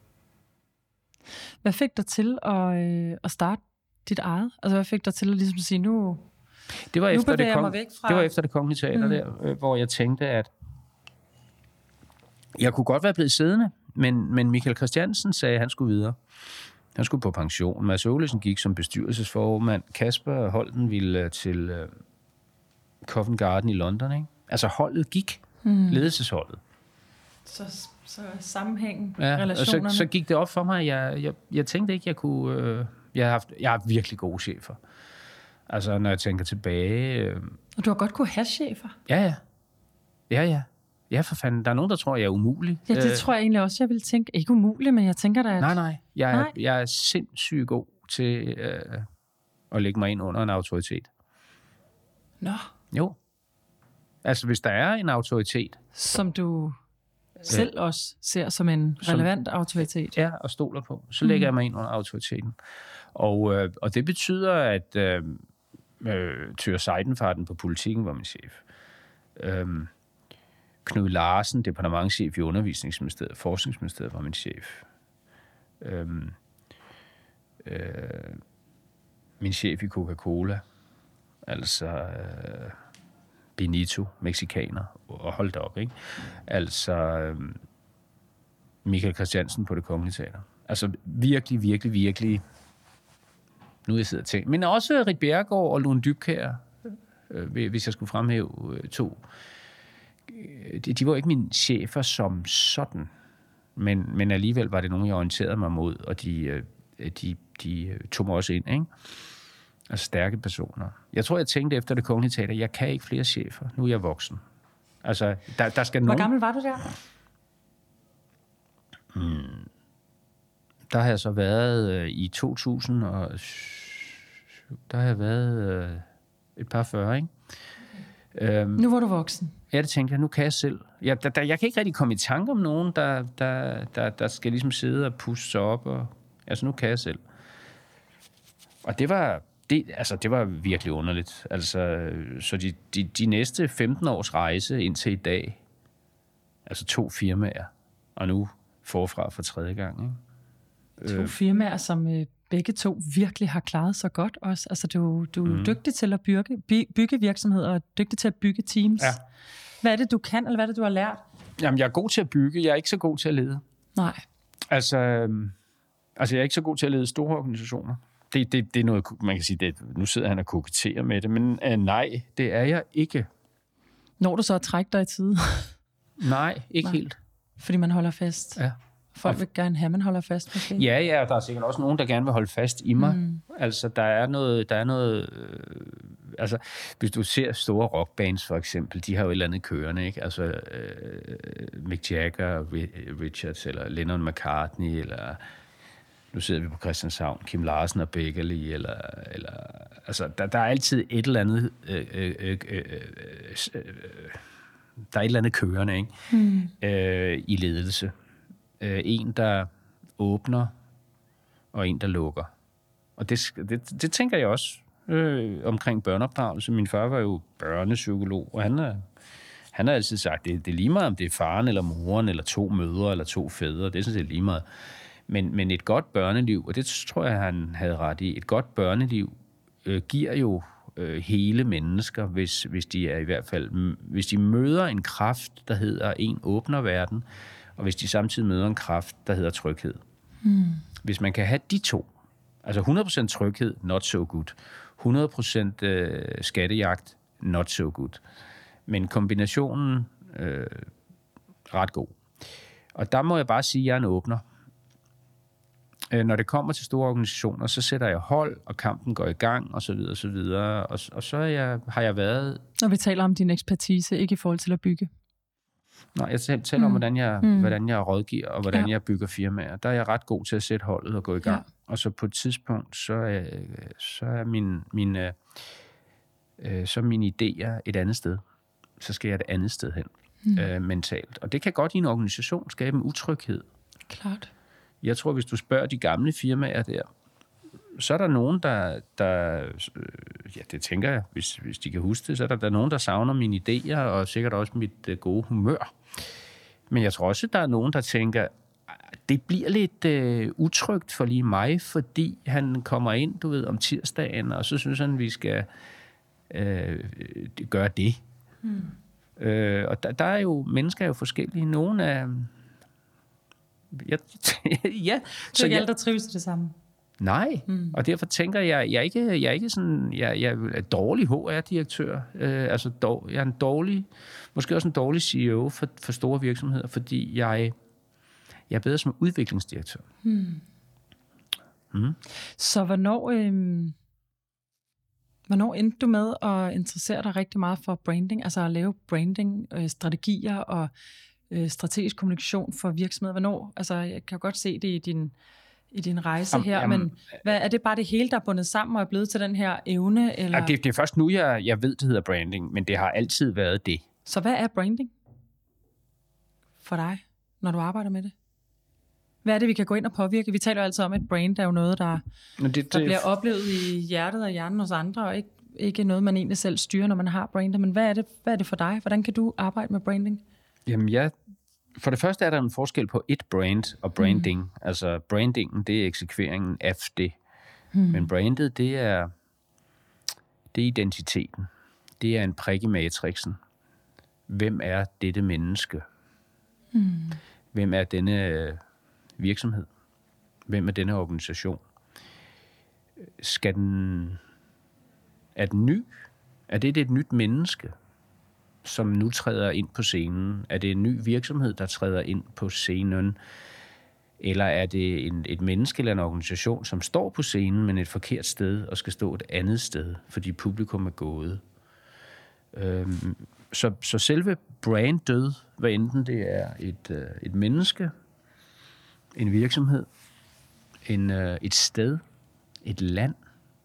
Hvad fik dig til at, øh, at starte dit eget? Altså, hvad fik dig til at ligesom sige, nu, det var nu efter bevæger det jeg kong, mig væk fra... Det var efter Det Kongelige Teater hmm. der, øh, hvor jeg tænkte, at jeg kunne godt være blevet siddende, men, men Michael Christiansen sagde, at han skulle videre. Han skulle på pension. Mads Øvlesen gik som bestyrelsesformand. Kasper Holten ville til uh, Covent Garden i London. Ikke? Altså holdet gik. Mm. Ledelsesholdet. Så, så sammenhængen, ja, relationerne. Og så, så gik det op for mig. Jeg, jeg, jeg tænkte ikke, jeg kunne... Øh, jeg, har haft, jeg har haft virkelig gode chefer. Altså, når jeg tænker tilbage... Øh, og du har godt kunne have chefer? Ja, ja. Ja, ja. Ja, for fanden. Der er nogen, der tror, jeg er umulig. Ja, det tror jeg egentlig også, jeg vil tænke. Ikke umulig, men jeg tænker da, at... Nej, nej. Jeg er, nej. Jeg er sindssygt god til øh, at lægge mig ind under en autoritet. Nå. Jo. Altså, hvis der er en autoritet... Som du selv øh, også ser som en relevant som, autoritet. Ja, og stoler på. Så lægger mm. jeg mig ind under autoriteten. Og, øh, og det betyder, at øh, øh, Thyre Seidenfarten på Politikken var min chef. Øh, Knud Larsen, departementschef i Undervisningsministeriet, Forskningsministeriet, var min chef. Øhm, øh, min chef i Coca-Cola, altså øh, Benito, mexikaner, og holdt op, ikke? Altså øh, Michael Christiansen på Det Kongelige Teater. Altså virkelig, virkelig, virkelig, nu jeg sidder og tænker, men også Rit Bjerregaard og Lone Dybkjær, øh, hvis jeg skulle fremhæve øh, to. De, de var ikke mine chefer som sådan, men, men alligevel var det nogen, jeg orienterede mig mod, og de, de, de tog mig også ind, ikke? Altså stærke personer. Jeg tror, jeg tænkte efter Det Kongelige Teater, jeg kan ikke flere chefer. Nu er jeg voksen. Altså, der, der skal Hvor nogen... gammel var du der? Hmm. Der har jeg så været øh, i to tusind, og der har jeg været øh, et par fyrre, ikke? Øhm, nu var du voksen. Ja, det tænkte jeg, nu kan jeg selv. Jeg, der, der, jeg kan ikke rigtig komme i tanke om nogen, der, der, der, der skal ligesom sidde og puste sig op. Og, altså, nu kan jeg selv. Og det var, det, altså, det var virkelig underligt. Altså, så de, de, de næste femten års rejse indtil i dag, altså to firmaer, og nu forfra for tredje gang. Ikke? To øh, firmaer, som øh, begge to virkelig har klaret sig godt også. Altså, du, du er mm. dygtig til at bygge, bygge virksomheder, og dygtig til at bygge teams. Ja. Hvad er det, du kan, eller hvad er det, du har lært? Jamen, jeg er god til at bygge. Jeg er ikke så god til at lede. Nej. Altså, altså jeg er ikke så god til at lede store organisationer. Det, det, det er noget, man kan sige, det, nu sidder han og koketterer med det, men uh, nej, det er jeg ikke. Når du så at trække dig i tide? Nej, ikke nej. Helt. Fordi man holder fast? Ja. Folk vil gerne have, man holder fast måske? Ja, ja, og der er sikkert også nogen, der gerne vil holde fast i mig. Mm. Altså, der er noget... Der er noget øh, altså, hvis du ser store rockbands for eksempel, de har jo et eller andet kørende, ikke? Altså, øh, Mick Jagger, Richards, eller Lennon McCartney, eller... Nu sidder vi på Christianshavn, Kim Larsen og Beckerli, eller... eller altså, der, der er altid et eller andet... Øh, øh, øh, øh, øh, der er et eller andet kørende, ikke? Mm. Øh, i ledelse. Øh, en, der åbner, og en, der lukker. Og det, det, det tænker jeg også øh, omkring børneopdragelse. Min far var jo børnepsykolog, og han har, han har altid sagt, det, det er lige meget, om det er faren eller moren, eller to mødre, eller to fædre. Det er sådan set lige meget. Men, men et godt børneliv, og det tror jeg, han havde ret i, et godt børneliv øh, giver jo øh, hele mennesker, hvis, hvis de er i hvert fald, hvis de møder en kraft, der hedder en åbner verden, og hvis de samtidig møder en kraft, der hedder tryghed. Mm. Hvis man kan have de to, altså hundrede procent tryghed, not so good. hundrede procent øh, skattejagt, not so good. Men kombinationen, øh, ret god. Og der må jeg bare sige, at jeg er en åbner. Øh, når det kommer til store organisationer, så sætter jeg hold, og kampen går i gang, og så videre, og så videre. Og, og så er jeg, har jeg været... Og vi taler om din ekspertise, ikke i forhold til at bygge. Nej, jeg taler mm. om, hvordan jeg, mm. hvordan jeg rådgiver, og hvordan ja. jeg bygger firmaer. Der er jeg ret god til at sætte holdet og gå i gang. Ja. Og så på et tidspunkt, så er, så er min, min, øh, så er mine idéer et andet sted. Så skal jeg et andet sted hen, mm. øh, mentalt. Og det kan godt i en organisation skabe en utryghed. Klart. Jeg tror, hvis du spørger de gamle firmaer der, så er der nogen, der, der ja, det tænker jeg, hvis, hvis de kan huske det, så er der, der er nogen, der savner mine idéer, og sikkert også mit uh, gode humør. Men jeg tror også, at der er nogen, der tænker, det bliver lidt uh, utrygt for lige mig, fordi han kommer ind, du ved, om tirsdagen, og så synes han, vi skal uh, gøre det. Mm. Uh, og der, der er jo, mennesker er jo forskellige. Nogle er... ja, ja, så ikke alle, der trives det samme. Nej, mm. og derfor tænker jeg, jeg er ikke, jeg er ikke sådan, jeg, jeg er dårlig H R-direktør, øh, altså dog, jeg er en dårlig, måske også en dårlig C E O for, for store virksomheder, fordi jeg, jeg er bedre som udviklingsdirektør. Mm. Mm. Så hvornår, øh, hvornår endte du med at interessere dig rigtig meget for branding, altså at lave branding, øh, strategier og øh, strategisk kommunikation for virksomheder? Hvornår, altså jeg kan godt se det i din i din rejse her, jamen, men hvad, er det bare det hele, der er bundet sammen og er blevet til den her evne? Eller? Ja, det, det er først nu, jeg, jeg ved, det hedder branding, men det har altid været det. Så hvad er branding for dig, når du arbejder med det? Hvad er det, vi kan gå ind og påvirke? Vi taler jo altid om, at brand er jo noget, der, det, det, der bliver oplevet i hjertet og hjernen hos andre, og ikke, ikke noget, man egentlig selv styrer, når man har brandet. Men hvad er det, hvad er det for dig? Hvordan kan du arbejde med branding? Jamen, jeg... For det første er der en forskel på et brand og branding. Mm. Altså brandingen, det er eksekveringen af det. Mm. Men brandet, det er, det er identiteten. Det er en prik i matrixen. Hvem er dette menneske? Mm. Hvem er denne virksomhed? Hvem er denne organisation? Skal den... Er den ny? Er det et nyt menneske, som nu træder ind på scenen? Er det en ny virksomhed, der træder ind på scenen? Eller er det en, et menneske eller en organisation, som står på scenen, men et forkert sted, og skal stå et andet sted, fordi publikum er gået? Øhm, så, så selve brandet, hvad enten det er et, øh, et menneske, en virksomhed, en, øh, et sted, et land,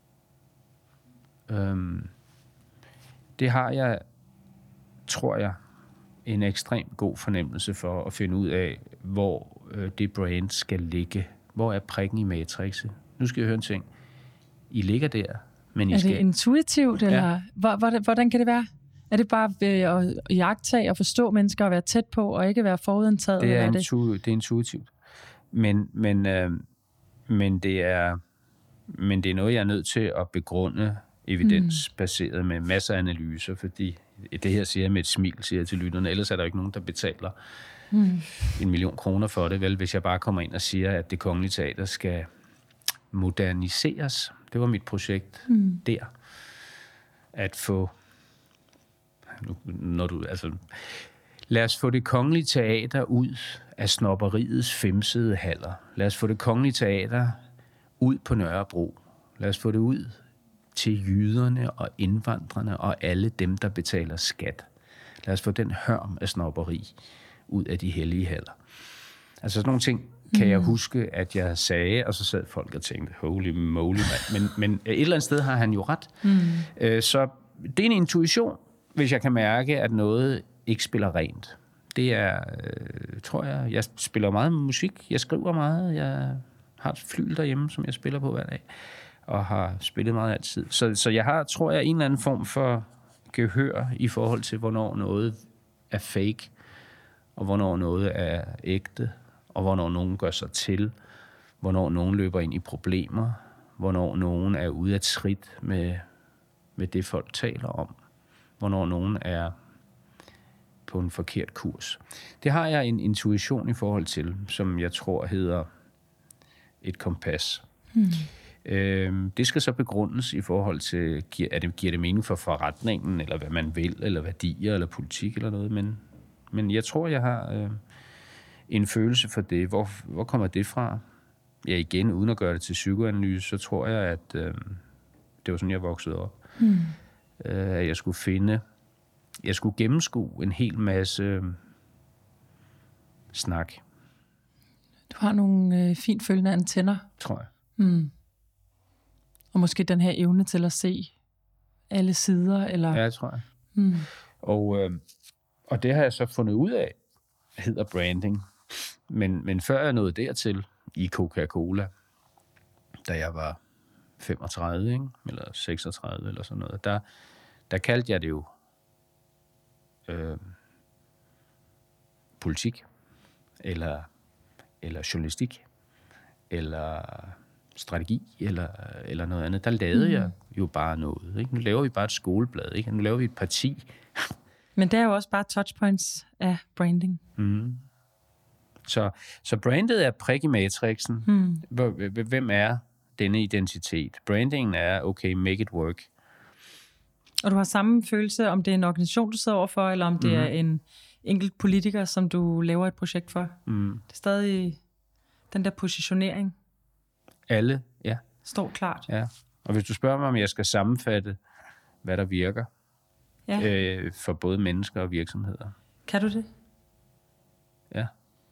øhm, det har jeg, tror jeg, en ekstremt god fornemmelse for at finde ud af, hvor øh, det brand skal ligge. Hvor er prikken i matrixet? Nu skal jeg høre en ting. I ligger der, men I er skal... Er det intuitivt, eller ja. hvordan, hvordan kan det være? Er det bare ved at jagttage og forstå mennesker og være tæt på, og ikke være forudindtaget? Det er, er intu- det? det er intuitivt. Men, men, øh, men, det er, men det er noget, jeg er nødt til at begrunde evidensbaseret mm. med masser af analyser, fordi det her siger jeg med et smil, siger jeg til lytterne, ellers er der jo ikke nogen, der betaler mm. en million kroner for det, vel, hvis jeg bare kommer ind og siger, at Det Kongelige Teater skal moderniseres. Det var mit projekt mm. der. At få... Nu, når du, altså, lad os få Det Kongelige Teater ud af snobberiets femsede haller. Lad os få Det Kongelige Teater ud på Nørrebro. Lad os få det ud til jyderne og indvandrerne og alle dem, der betaler skat. Lad os få den hørm af snobberi ud af de hellige haller. Altså sådan nogle ting kan mm. jeg huske, at jeg sagde, og så sad folk og tænkte, holy moly, man. Men, men et eller andet sted har han jo ret. Mm. Så det er en intuition, hvis jeg kan mærke, at noget ikke spiller rent. Det er, øh, tror jeg, jeg spiller meget musik, jeg skriver meget, jeg har et flyl derhjemme, som jeg spiller på hver dag, og har spillet meget altid. Så, så jeg har, tror jeg, en eller anden form for gehør i forhold til, hvornår noget er fake, og hvornår noget er ægte, og hvornår nogen gør sig til, hvornår nogen løber ind i problemer, hvornår nogen er ude af trit med, med det, folk taler om, hvornår nogen er på en forkert kurs. Det har jeg en intuition i forhold til, som jeg tror hedder et kompas. Hmm. Øhm, det skal så begrundes i forhold til, er det, giver det mening for forretningen, eller hvad man vil, eller værdier, eller politik, eller noget, men, men jeg tror, jeg har øh, en følelse for det. Hvor, hvor kommer det fra? Ja, igen, uden at gøre det til psykoanalyse, så tror jeg, at øh, det var sådan, jeg voksede op. Hmm. Øh, at jeg skulle finde, jeg skulle gennemskue en hel masse øh, snak. Du har nogle øh, fint følgende antenner. Tror jeg. Hmm. Og måske den her evne til at se alle sider, eller... Ja, tror jeg. Hmm. Og, øh, og det har jeg så fundet ud af, hedder branding. Men, men før jeg nåede dertil i Coca-Cola, da jeg var femogtredive, ikke? Eller seksogtredive, eller sådan noget, der, der kaldte jeg det jo øh, politik, eller, eller journalistik, eller strategi, eller, eller noget andet. Der lavede mm. jeg jo bare noget. Ikke? Nu laver vi bare et skoleblad, ikke? Nu laver vi et parti. Men det er jo også bare touchpoints af branding. Mm. Så, så brandet er prik i matrixen. Mm. Hvem er denne identitet? Brandingen er, okay, make it work. Og du har samme følelse, om det er en organisation, du sidder overfor, eller om det mm. er en enkelt politiker, som du laver et projekt for. Mm. Det er stadig den der positionering. Alle, ja. Står klart. Ja. Og hvis du spørger mig, om jeg skal sammenfatte, hvad der virker ja. øh, for både mennesker og virksomheder. Kan du det? Ja.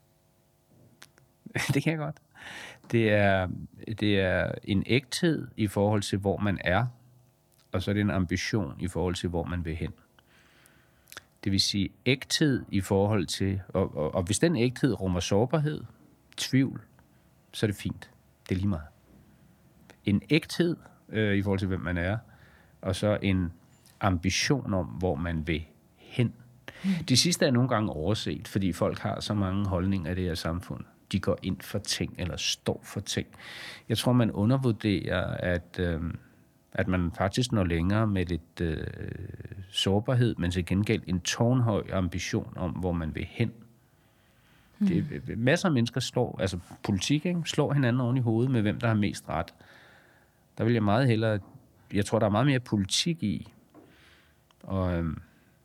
Det kan jeg godt. Det er, det er en ægthed i forhold til, hvor man er, og så er det en ambition i forhold til, hvor man vil hen. Det vil sige ægthed i forhold til, og, og, og hvis den ægthed rummer sårbarhed, tvivl, så er det fint. Det er lige meget. En ægthed øh, i forhold til, hvem man er, og så en ambition om, hvor man vil hen. Mm. Det sidste er nogle gange overset, fordi folk har så mange holdninger i det her samfund. De går ind for ting, eller står for ting. Jeg tror, man undervurderer, at, øh, at man faktisk når længere med lidt øh, sårbarhed, men til gengæld en tårnhøj ambition om, hvor man vil hen. Mm. Det, masser af mennesker slår, altså politik, ikke? Slår hinanden oven i hovedet med, hvem der har mest ret. Der vil jeg meget hellere, jeg tror, der er meget mere politik i, og, øhm,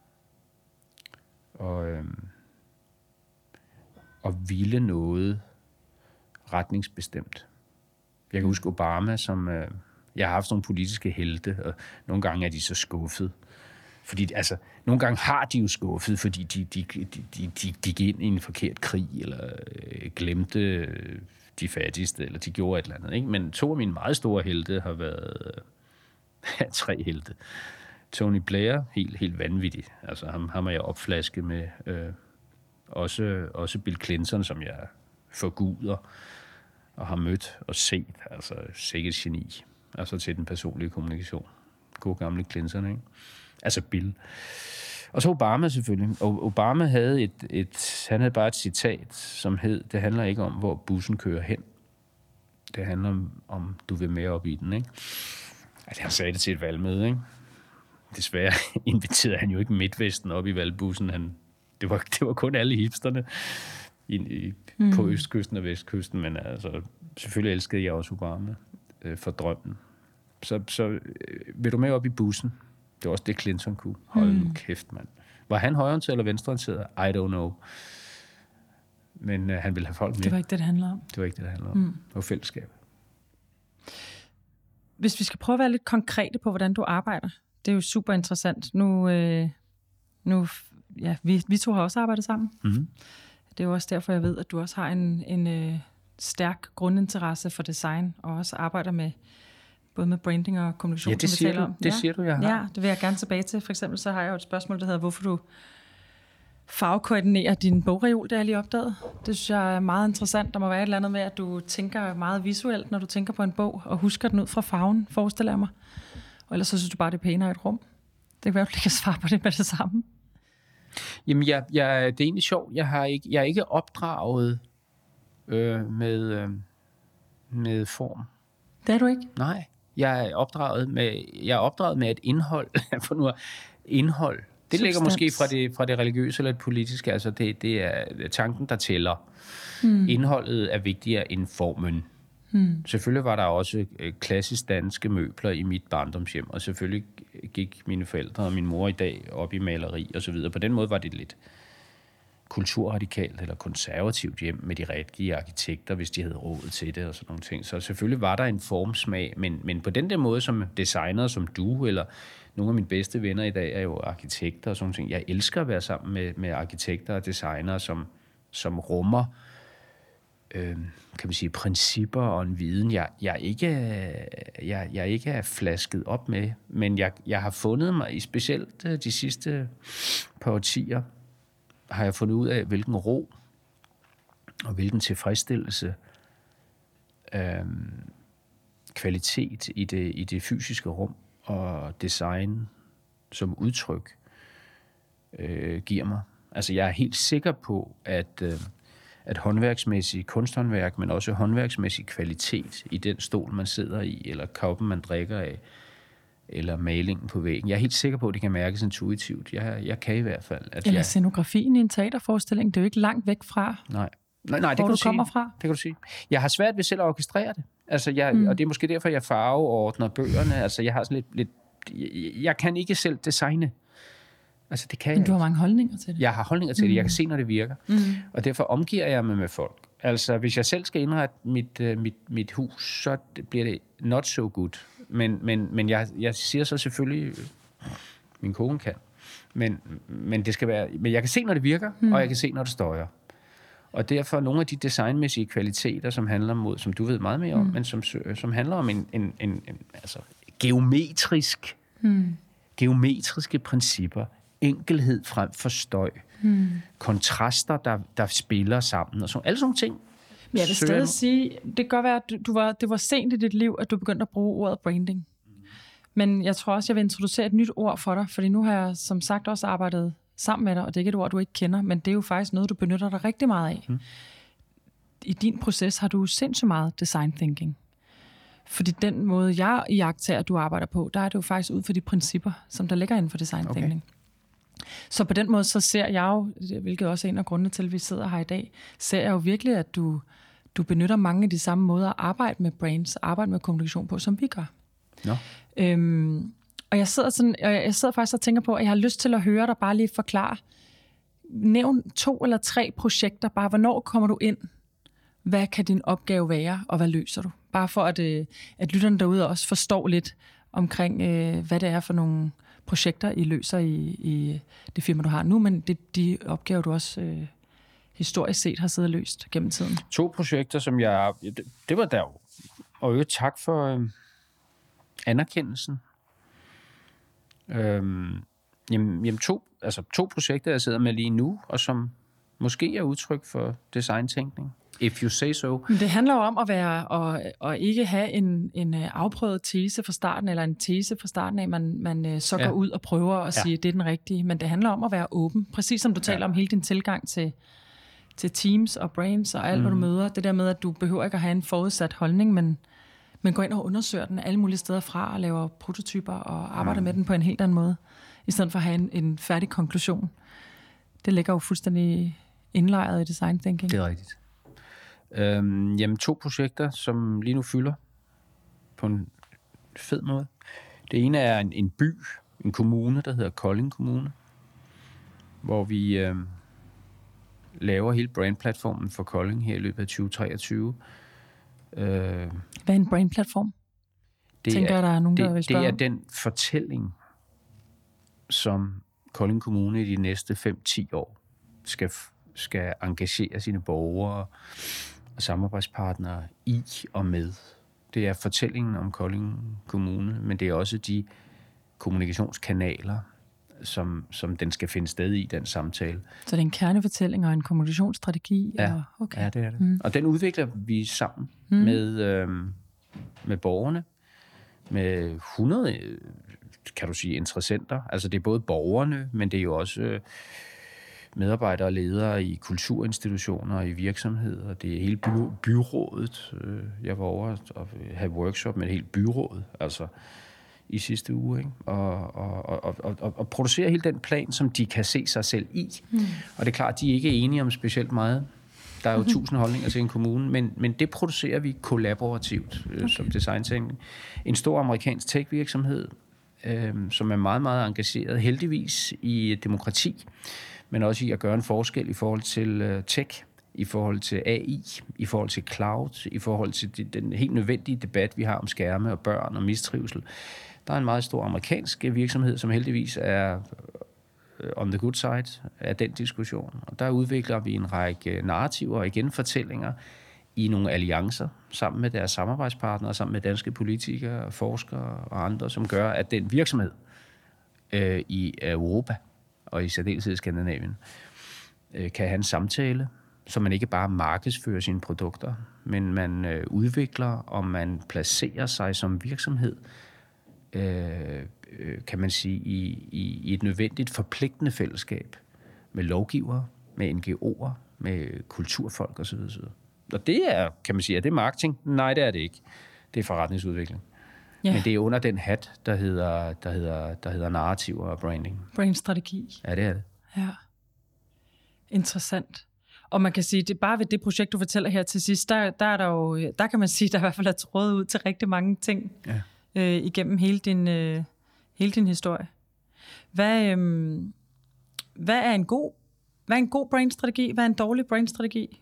og, øhm, og ville noget retningsbestemt. Jeg kan huske Obama, som, øh, jeg har haft nogle politiske helte, og nogle gange er de så skuffet. Fordi, altså, nogle gange har de jo skuffet, fordi de, de, de, de, de gik ind i en forkert krig, eller øh, glemte de fattigste, eller de gjorde et eller andet. Ikke? Men to af mine meget store helte har været øh, tre helte. Tony Blair, helt, helt vanvittig. Altså, ham, ham er jeg opflasket med. Øh, også, også Bill Clinton, som jeg forguder, og har mødt og set. Altså, sikkert geni. Altså til den personlige kommunikation. God gamle Clinton, ikke? Altså Bill. Og så Obama selvfølgelig. Og Obama havde et, et, han havde bare et citat, som hed, det handler ikke om, hvor bussen kører hen. Det handler om, om du vil mere op i den, ikke? Altså, han sagde det til et valgmøde, ikke? Desværre inviterede han jo ikke Midtvesten op i valgbussen. Han, det, var, det var kun alle hipsterne i, i, mm. på østkysten og vestkysten, men altså, selvfølgelig elskede jeg også Obama øh, for drømmen. Så, så øh, vil du med op i bussen? Det var også det, Clinton kunne. Hold nu mm. kæft, mand. Var han højreorienteret eller venstreorienteret? I don't know. Men øh, han ville have folk med. Det var ikke det, det handler om. Det var ikke det, det handler om. Mm. Det var fællesskab. Hvis vi skal prøve at være lidt konkrete på, hvordan du arbejder. Det er jo super interessant. Nu, øh, nu ja, vi, vi to har også arbejdet sammen. Mm-hmm. Det er jo også derfor, jeg ved, at du også har en, en øh, stærk grundinteresse for design, og også arbejder med både med branding og kommunikation, ja, det som vi taler du, om. Det ja. siger du, jeg har. Ja, det vil jeg gerne tilbage til. For eksempel så har jeg jo et spørgsmål, der hedder, hvorfor du farvekoordinere din bogreol, det har jeg lige opdaget. Det synes jeg er meget interessant. Der må være et eller andet med, at du tænker meget visuelt, når du tænker på en bog, og husker den ud fra farven, forestiller jeg mig. Og ellers så synes du bare, det er pænere i et rum. Det kan være, at du kan svare på det med det samme. Jamen, jeg, jeg, det er egentlig sjovt. Jeg, har ikke, jeg er ikke opdraget øh, med, øh, med form. Det er du ikke? Nej, jeg er opdraget med, jeg er opdraget med et indhold. For nu er indhold. Det Substans. Ligger måske fra det, fra det religiøse eller det politiske. Altså, det, det er tanken, der tæller. Hmm. Indholdet er vigtigere end formen. Hmm. Selvfølgelig var der også klassisk danske møbler i mit barndomshjem, og selvfølgelig gik mine forældre og min mor i dag op i maleri og så videre. På den måde var det lidt kulturradikalt eller konservativt hjem med de rigtige arkitekter, hvis de havde råd til det og sådan nogle ting. Så selvfølgelig var der en formsmag, men, men på den der måde som designer, som du eller nogle af mine bedste venner i dag er jo arkitekter og sådan nogle ting. Jeg elsker at være sammen med, med arkitekter og designere, som, som rummer øh, kan man sige, principper og en viden, jeg, jeg, ikke, jeg, jeg ikke er flasket op med, men jeg, jeg har fundet mig, i specielt de sidste par årtier, har jeg fundet ud af, hvilken ro og hvilken tilfredsstillelse, øh, kvalitet i det, i det fysiske rum og design som udtryk øh, giver mig. Altså jeg er helt sikker på, at, øh, at håndværksmæssig kunsthåndværk, men også håndværksmæssig kvalitet i den stol, man sidder i, eller koppen, man drikker af, eller malingen på væggen. Jeg er helt sikker på, at det kan mærkes intuitivt. Jeg, jeg kan i hvert fald. At eller jeg... scenografien i en teaterforestilling, det er jo ikke langt væk fra, nej. Nej, nej, det hvor kan du du kommer sige. fra. Det kan du sige. Jeg har svært ved selv at orkestrere det. Altså jeg, mm. Og det er måske derfor, jeg farveordner bøgerne. Altså jeg har sådan lidt... lidt jeg, jeg kan ikke selv designe. Altså det kan Men jeg du har ikke. mange holdninger til det. Jeg har holdninger til mm. det. Jeg kan se, når det virker. Mm. Og derfor omgiver jeg mig med folk. Altså hvis jeg selv skal indrette mit, uh, mit, mit hus, så bliver det not so good. Men, men, men jeg, jeg siger så selvfølgelig, min kone kan. Men, men, det skal være, men jeg kan se, når det virker, mm. og jeg kan se, når det støjer. Og derfor nogle af de designmæssige kvaliteter, som handler mod, som du ved meget mere om, mm. men som, som handler om en, en, en, en altså geometrisk, mm. geometriske principper, enkelhed frem for støj, mm. kontraster, der, der spiller sammen, og sådan, alle sådan nogle ting. Men jeg vil stadig sige, det kan godt være, at du, du var, det var sent i dit liv, at du begyndte at bruge ordet branding. Men jeg tror også, jeg vil introducere et nyt ord for dig, fordi nu har jeg som sagt også arbejdet sammen med dig, og det er ikke et ord, du ikke kender, men det er jo faktisk noget, du benytter dig rigtig meget af. Mm. I din proces har du sindssygt meget design thinking. Fordi den måde, jeg iagttager, at du arbejder på, der er det jo faktisk ud for de principper, som der ligger inden for design okay. thinking. Så på den måde, så ser jeg jo, hvilket også er en af grundene til, at vi sidder her i dag, ser jeg jo virkelig, at du, du benytter mange af de samme måder at arbejde med brands, arbejde med kommunikation på, som vi gør. No. Øhm, og jeg sidder, sådan, jeg sidder faktisk og tænker på, at jeg har lyst til at høre dig bare lige forklare. Nævn to eller tre projekter, bare hvornår kommer du ind? Hvad kan din opgave være, og hvad løser du? Bare for, at, at lytterne derude også forstår lidt omkring, øh, hvad det er for nogle projekter, I løser i, i det firma, du har nu, men det, de opgaver, du også øh, historisk set har siddet og løst gennem tiden. To projekter, som jeg... Det, det var der. Og jo tak for øh, anerkendelsen. Øhm, jamen, jamen to, altså to projekter, jeg sidder med lige nu, og som måske er udtryk for designtænkning. If you say so. Men det handler jo om at være og, og ikke have en, en afprøvet tese fra starten, eller en tese fra starten af, man, man så går ja. ud og prøver at sige, ja. det er den rigtige. Men det handler om at være åben. Præcis som du taler ja. om hele din tilgang til, til teams og brains og alt, mm. hvad du møder. Det der med, at du behøver ikke at have en forudsat holdning, men, men går ind og undersøger den alle mulige steder fra og laver prototyper og arbejder mm. med den på en helt anden måde, i stedet for at have en, en færdig konklusion. Det ligger jo fuldstændig indlejret i design thinking. Det er rigtigt. Øhm, jamen to projekter, som lige nu fylder på en fed måde. Det ene er en, en by, en kommune, der hedder Kolding Kommune, hvor vi øh, laver hele brandplatformen for Kolding her i løbet af tyve treogtyve. Øh, Hvad er en brandplatform? Det Tænker er, jeg, der er nogen, det, der vil spørge det er om. den fortælling, som Kolding Kommune i de næste fem til ti år skal, skal engagere sine borgere og samarbejdspartnere i og med. Det er fortællingen om Kolding Kommune, men det er også de kommunikationskanaler, som, som den skal finde sted i, den samtale. Så det er en kernefortælling og en kommunikationsstrategi? Ja, og, okay. ja det er det. Mm. Og den udvikler vi sammen mm. med, øh, med borgerne, med hundrede, kan du sige, interessenter. Altså det er både borgerne, men det er jo også øh, medarbejdere og ledere i kulturinstitutioner og i virksomheder. Det er hele by, byrådet. Jeg var over at have workshop med et helt byråd, altså i sidste uge, ikke? Og, og, og, og, og, og producere hele den plan, som de kan se sig selv i. Mm. Og det er klart, at de er ikke enige om specielt meget. Der er jo mm-hmm. tusind holdninger til en kommune, men, men det producerer vi kollaborativt okay. øh, som designtænkning. En stor amerikansk tech-virksomhed, øh, som er meget, meget engageret, heldigvis i demokrati, men også i at gøre en forskel i forhold til uh, tech, i forhold til A I, i forhold til cloud, i forhold til de, den helt nødvendige debat, vi har om skærme og børn og mistrivsel. Der er en meget stor amerikansk virksomhed, som heldigvis er uh, on the good side af den diskussion. Og der udvikler vi en række narrativer og igen fortællinger i nogle alliancer sammen med deres samarbejdspartnere, sammen med danske politikere, forskere og andre, som gør, at den virksomhed uh, i Europa og i særdeleshed Skandinavien, øh, kan have en samtale, så man ikke bare markedsfører sine produkter, men man øh, udvikler, og man placerer sig som virksomhed, øh, øh, kan man sige, i, i, i et nødvendigt forpligtende fællesskab med lovgivere, med N G O'er, med kulturfolk osv. Og det er, kan man sige, er det marketing? Nej, det er det ikke. Det er forretningsudvikling. Ja. Men det er under den hat, der hedder, der hedder, der hedder narrativer og branding. Brandstrategi. Ja, det er det. Ja. Interessant. Og man kan sige, det er bare ved det projekt, du fortæller her til sidst, der, der er der jo, der kan man sige, der i hvert fald er trådet ud til rigtig mange ting ja. øh, igennem hele din, øh, hele din historie. Hvad, øh, hvad er en god, hvad er en god brandstrategi? Hvad er en dårlig brandstrategi?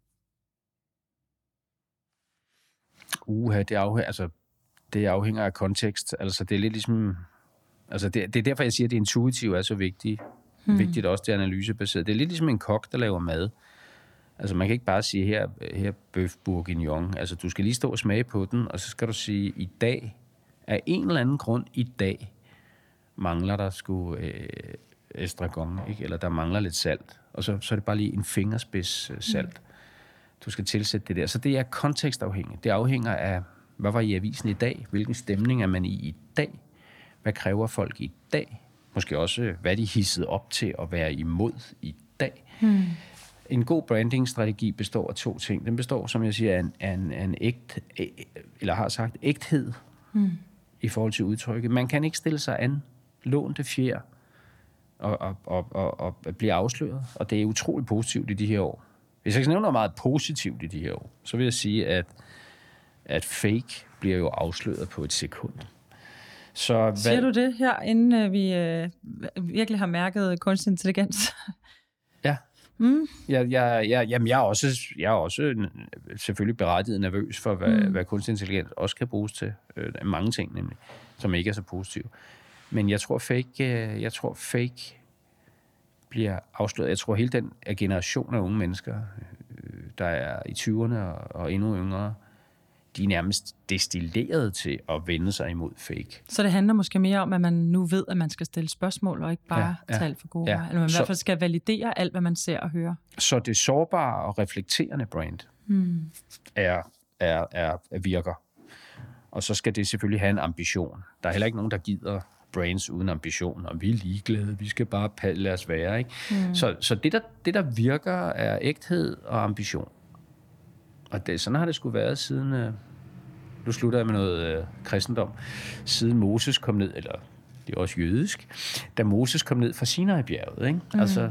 Uha, det afhænger, altså det afhænger af kontekst. Altså det er lidt ligesom, altså det, det er derfor jeg siger, at det intuitive er så vigtigt. Hmm. Vigtigt også det analysebaseret. Det er lidt ligesom en kok, der laver mad. Altså man kan ikke bare sige her her bøf bourguignon. Altså du skal lige stå og smage på den, og så skal du sige i dag af en eller anden grund i dag mangler der sgu øh, estragon, ikke? Eller der mangler lidt salt. Og så så er det bare lige en fingerspids øh, salt. Hmm. Du skal tilsætte det der. Så det er kontekstafhængigt. Det afhænger af, hvad var i avisen i dag? Hvilken stemning er man i i dag? Hvad kræver folk i dag? Måske også, hvad de hissede op til at være imod i dag. Hmm. En god brandingstrategi består af to ting. Den består, som jeg siger, af en, af en, af en ægt, eller har sagt, ægthed hmm. i forhold til udtrykket. Man kan ikke stille sig an, lånte fjer og, og, og, og, og blive afsløret. Og det er utroligt positivt i de her år. Hvis jeg skal nævne noget meget positivt i de her år, så vil jeg sige, at, at fake bliver jo afsløret på et sekund. Så hvad... Siger du det her, inden vi øh, virkelig har mærket kunstig intelligens? Ja. Mm. Jeg, jeg, jeg, jamen jeg, er også, jeg er også selvfølgelig berettiget nervøs for, hvad, mm. hvad kunstig intelligens også kan bruges til. Øh, mange ting nemlig, som ikke er så positive. Men jeg tror fake, øh, jeg tror fake bliver afsløret. Jeg tror hele den generation af unge mennesker, øh, der er i tyverne og, og endnu yngre, de er nærmest destilleret til at vende sig imod fake. Så det handler måske mere om, at man nu ved, at man skal stille spørgsmål, og ikke bare ja, ja, tage alt for gode. Ja. Eller man i så, hvert fald skal validere alt, hvad man ser og hører. Så det sårbare og reflekterende brand hmm. er, er, er, virker. Og så skal det selvfølgelig have en ambition. Der er heller ikke nogen, der gider brands uden ambition, og vi er ligeglade, vi skal bare lade os være. Ikke? Hmm. Så, så det, der, det, der virker, er ægthed og ambition. Og det, sådan har det sgu været siden, øh, nu slutter jeg med noget øh, kristendom, siden Moses kom ned, eller det er også jødisk, da Moses kom ned fra Sinai-bjerget. Ikke? Mm. Altså,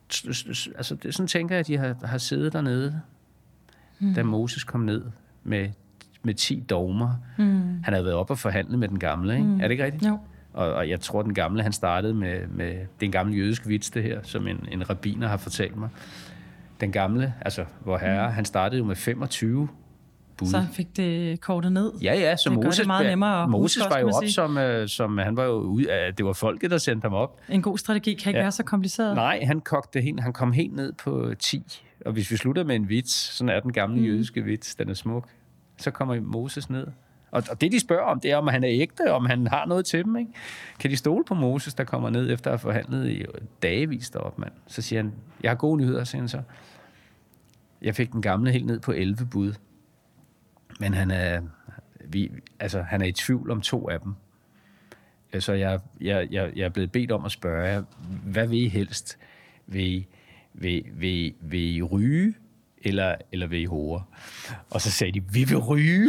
altså det, sådan tænker jeg, at de har, har siddet dernede, mm. da Moses kom ned med, med ti dogmer. Mm. Han havde været oppe og forhandlet med den gamle, ikke? Mm. Er det ikke rigtigt? Jo. Og, og jeg tror, den gamle, han startede med, med den gamle jødiske vits, det her, som en, en rabbiner har fortalt mig. Den gamle, altså vor herre, mm. han startede jo med femogtyve bud. Så han fik det kortet ned? Ja, ja, så det Moses, det meget nemmere at Moses huske, var jo op som, som, han var jo ude af, det var folket, der sendte ham op. En god strategi kan ikke ja. være så kompliceret. Nej, han kogte helt, han kom helt ned på ti. Og hvis vi slutter med en vits, sådan er den gamle mm. jødiske vits, den er smuk, så kommer Moses ned. Og, og det, de spørger om, det er, om han er ægte, om han har noget til dem, ikke? Kan de stole på Moses, der kommer ned efter at have forhandlet i dagevis deroppe, mand? Så siger han, jeg har gode nyheder, siger han så. Jeg fik den gamle helt ned på elleve bud. Men han er, vi, altså, han er i tvivl om to af dem. Så jeg, jeg, jeg, jeg er blevet bedt om at spørge jer, hvad vil I helst? Vil I, vil, vil, vil I ryge, eller, eller vil I hore? Og så sagde de, vi vil ryge.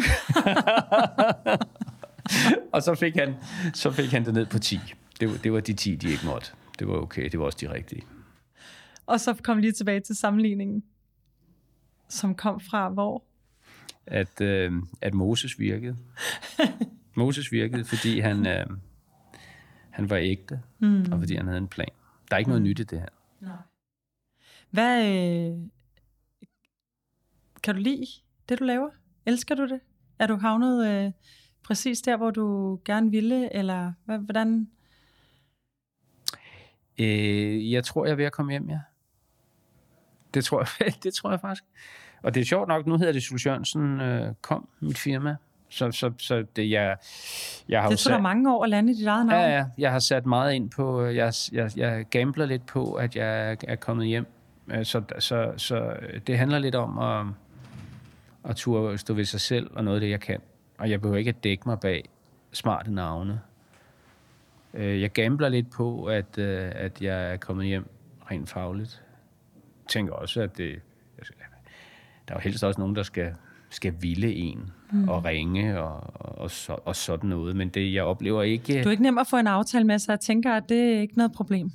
Og så fik, han, så fik han det ned på ti. Det var, det var de ti, de ikke måtte. Det var okay, det var også de rigtige. Og så kom lige tilbage til sammenligningen, som kom fra hvor? At, øh, at Moses virkede. Moses virkede, fordi han, øh, han var ægte, mm. og fordi han havde en plan. Der er ikke noget nyt i det her. Nej. Hvad, øh, kan du lide det, du laver? Elsker du det? Er du havnet øh, præcis der, hvor du gerne ville, eller hvad, hvordan? Øh, jeg tror, jeg er ved at komme hjem, ja. Det tror jeg, det tror jeg faktisk. Og det er sjovt nok, nu hedder det Jules Jørgensen øh, kom, mit firma. Så, så, så det, jeg, jeg har det tog dig mange år at lande i dit eget navn. Ja, ja. Jeg har sat meget ind på, jeg, jeg, jeg gambler lidt på, at jeg er kommet hjem. Så, så, så det handler lidt om at, at turde stå ved sig selv og noget af det, jeg kan. Og jeg behøver ikke at dække mig bag smarte navne. Jeg gambler lidt på, at, at jeg er kommet hjem rent fagligt. Jeg tænker også, at det, der er jo helst også nogen, der skal, skal ville en mm. og ringe og, og, og, og sådan noget. Men det, jeg oplever ikke... Du er ikke nem at få en aftale med, så jeg tænker, at det er ikke noget problem.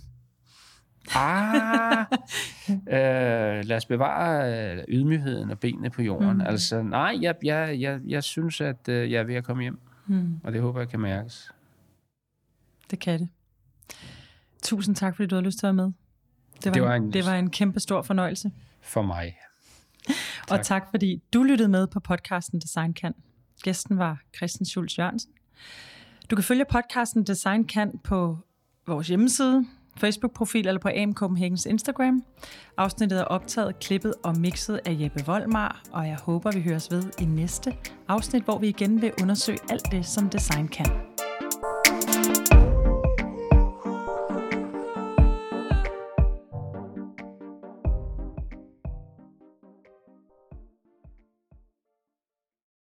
Ah, øh, lad os bevare ydmygheden og benene på jorden. Mm. Altså, nej, jeg, jeg, jeg, jeg synes, at jeg er ved at komme hjem. Mm. Og det håber jeg kan mærkes. Det kan det. Tusind tak, fordi du havde lyst til at være med. Det var, det var, en, en, det var en kæmpe stor fornøjelse. For mig. Tak. Og tak, fordi du lyttede med på podcasten Design Kan. Gæsten var Christian Schultz Jørgensen. Du kan følge podcasten Design Kan på vores hjemmeside, Facebook-profil eller på A M Copenhagens Instagram. Afsnittet er optaget, klippet og mixet af Jeppe Voldmar, og jeg håber, vi høres ved i næste afsnit, hvor vi igen vil undersøge alt det, som design kan.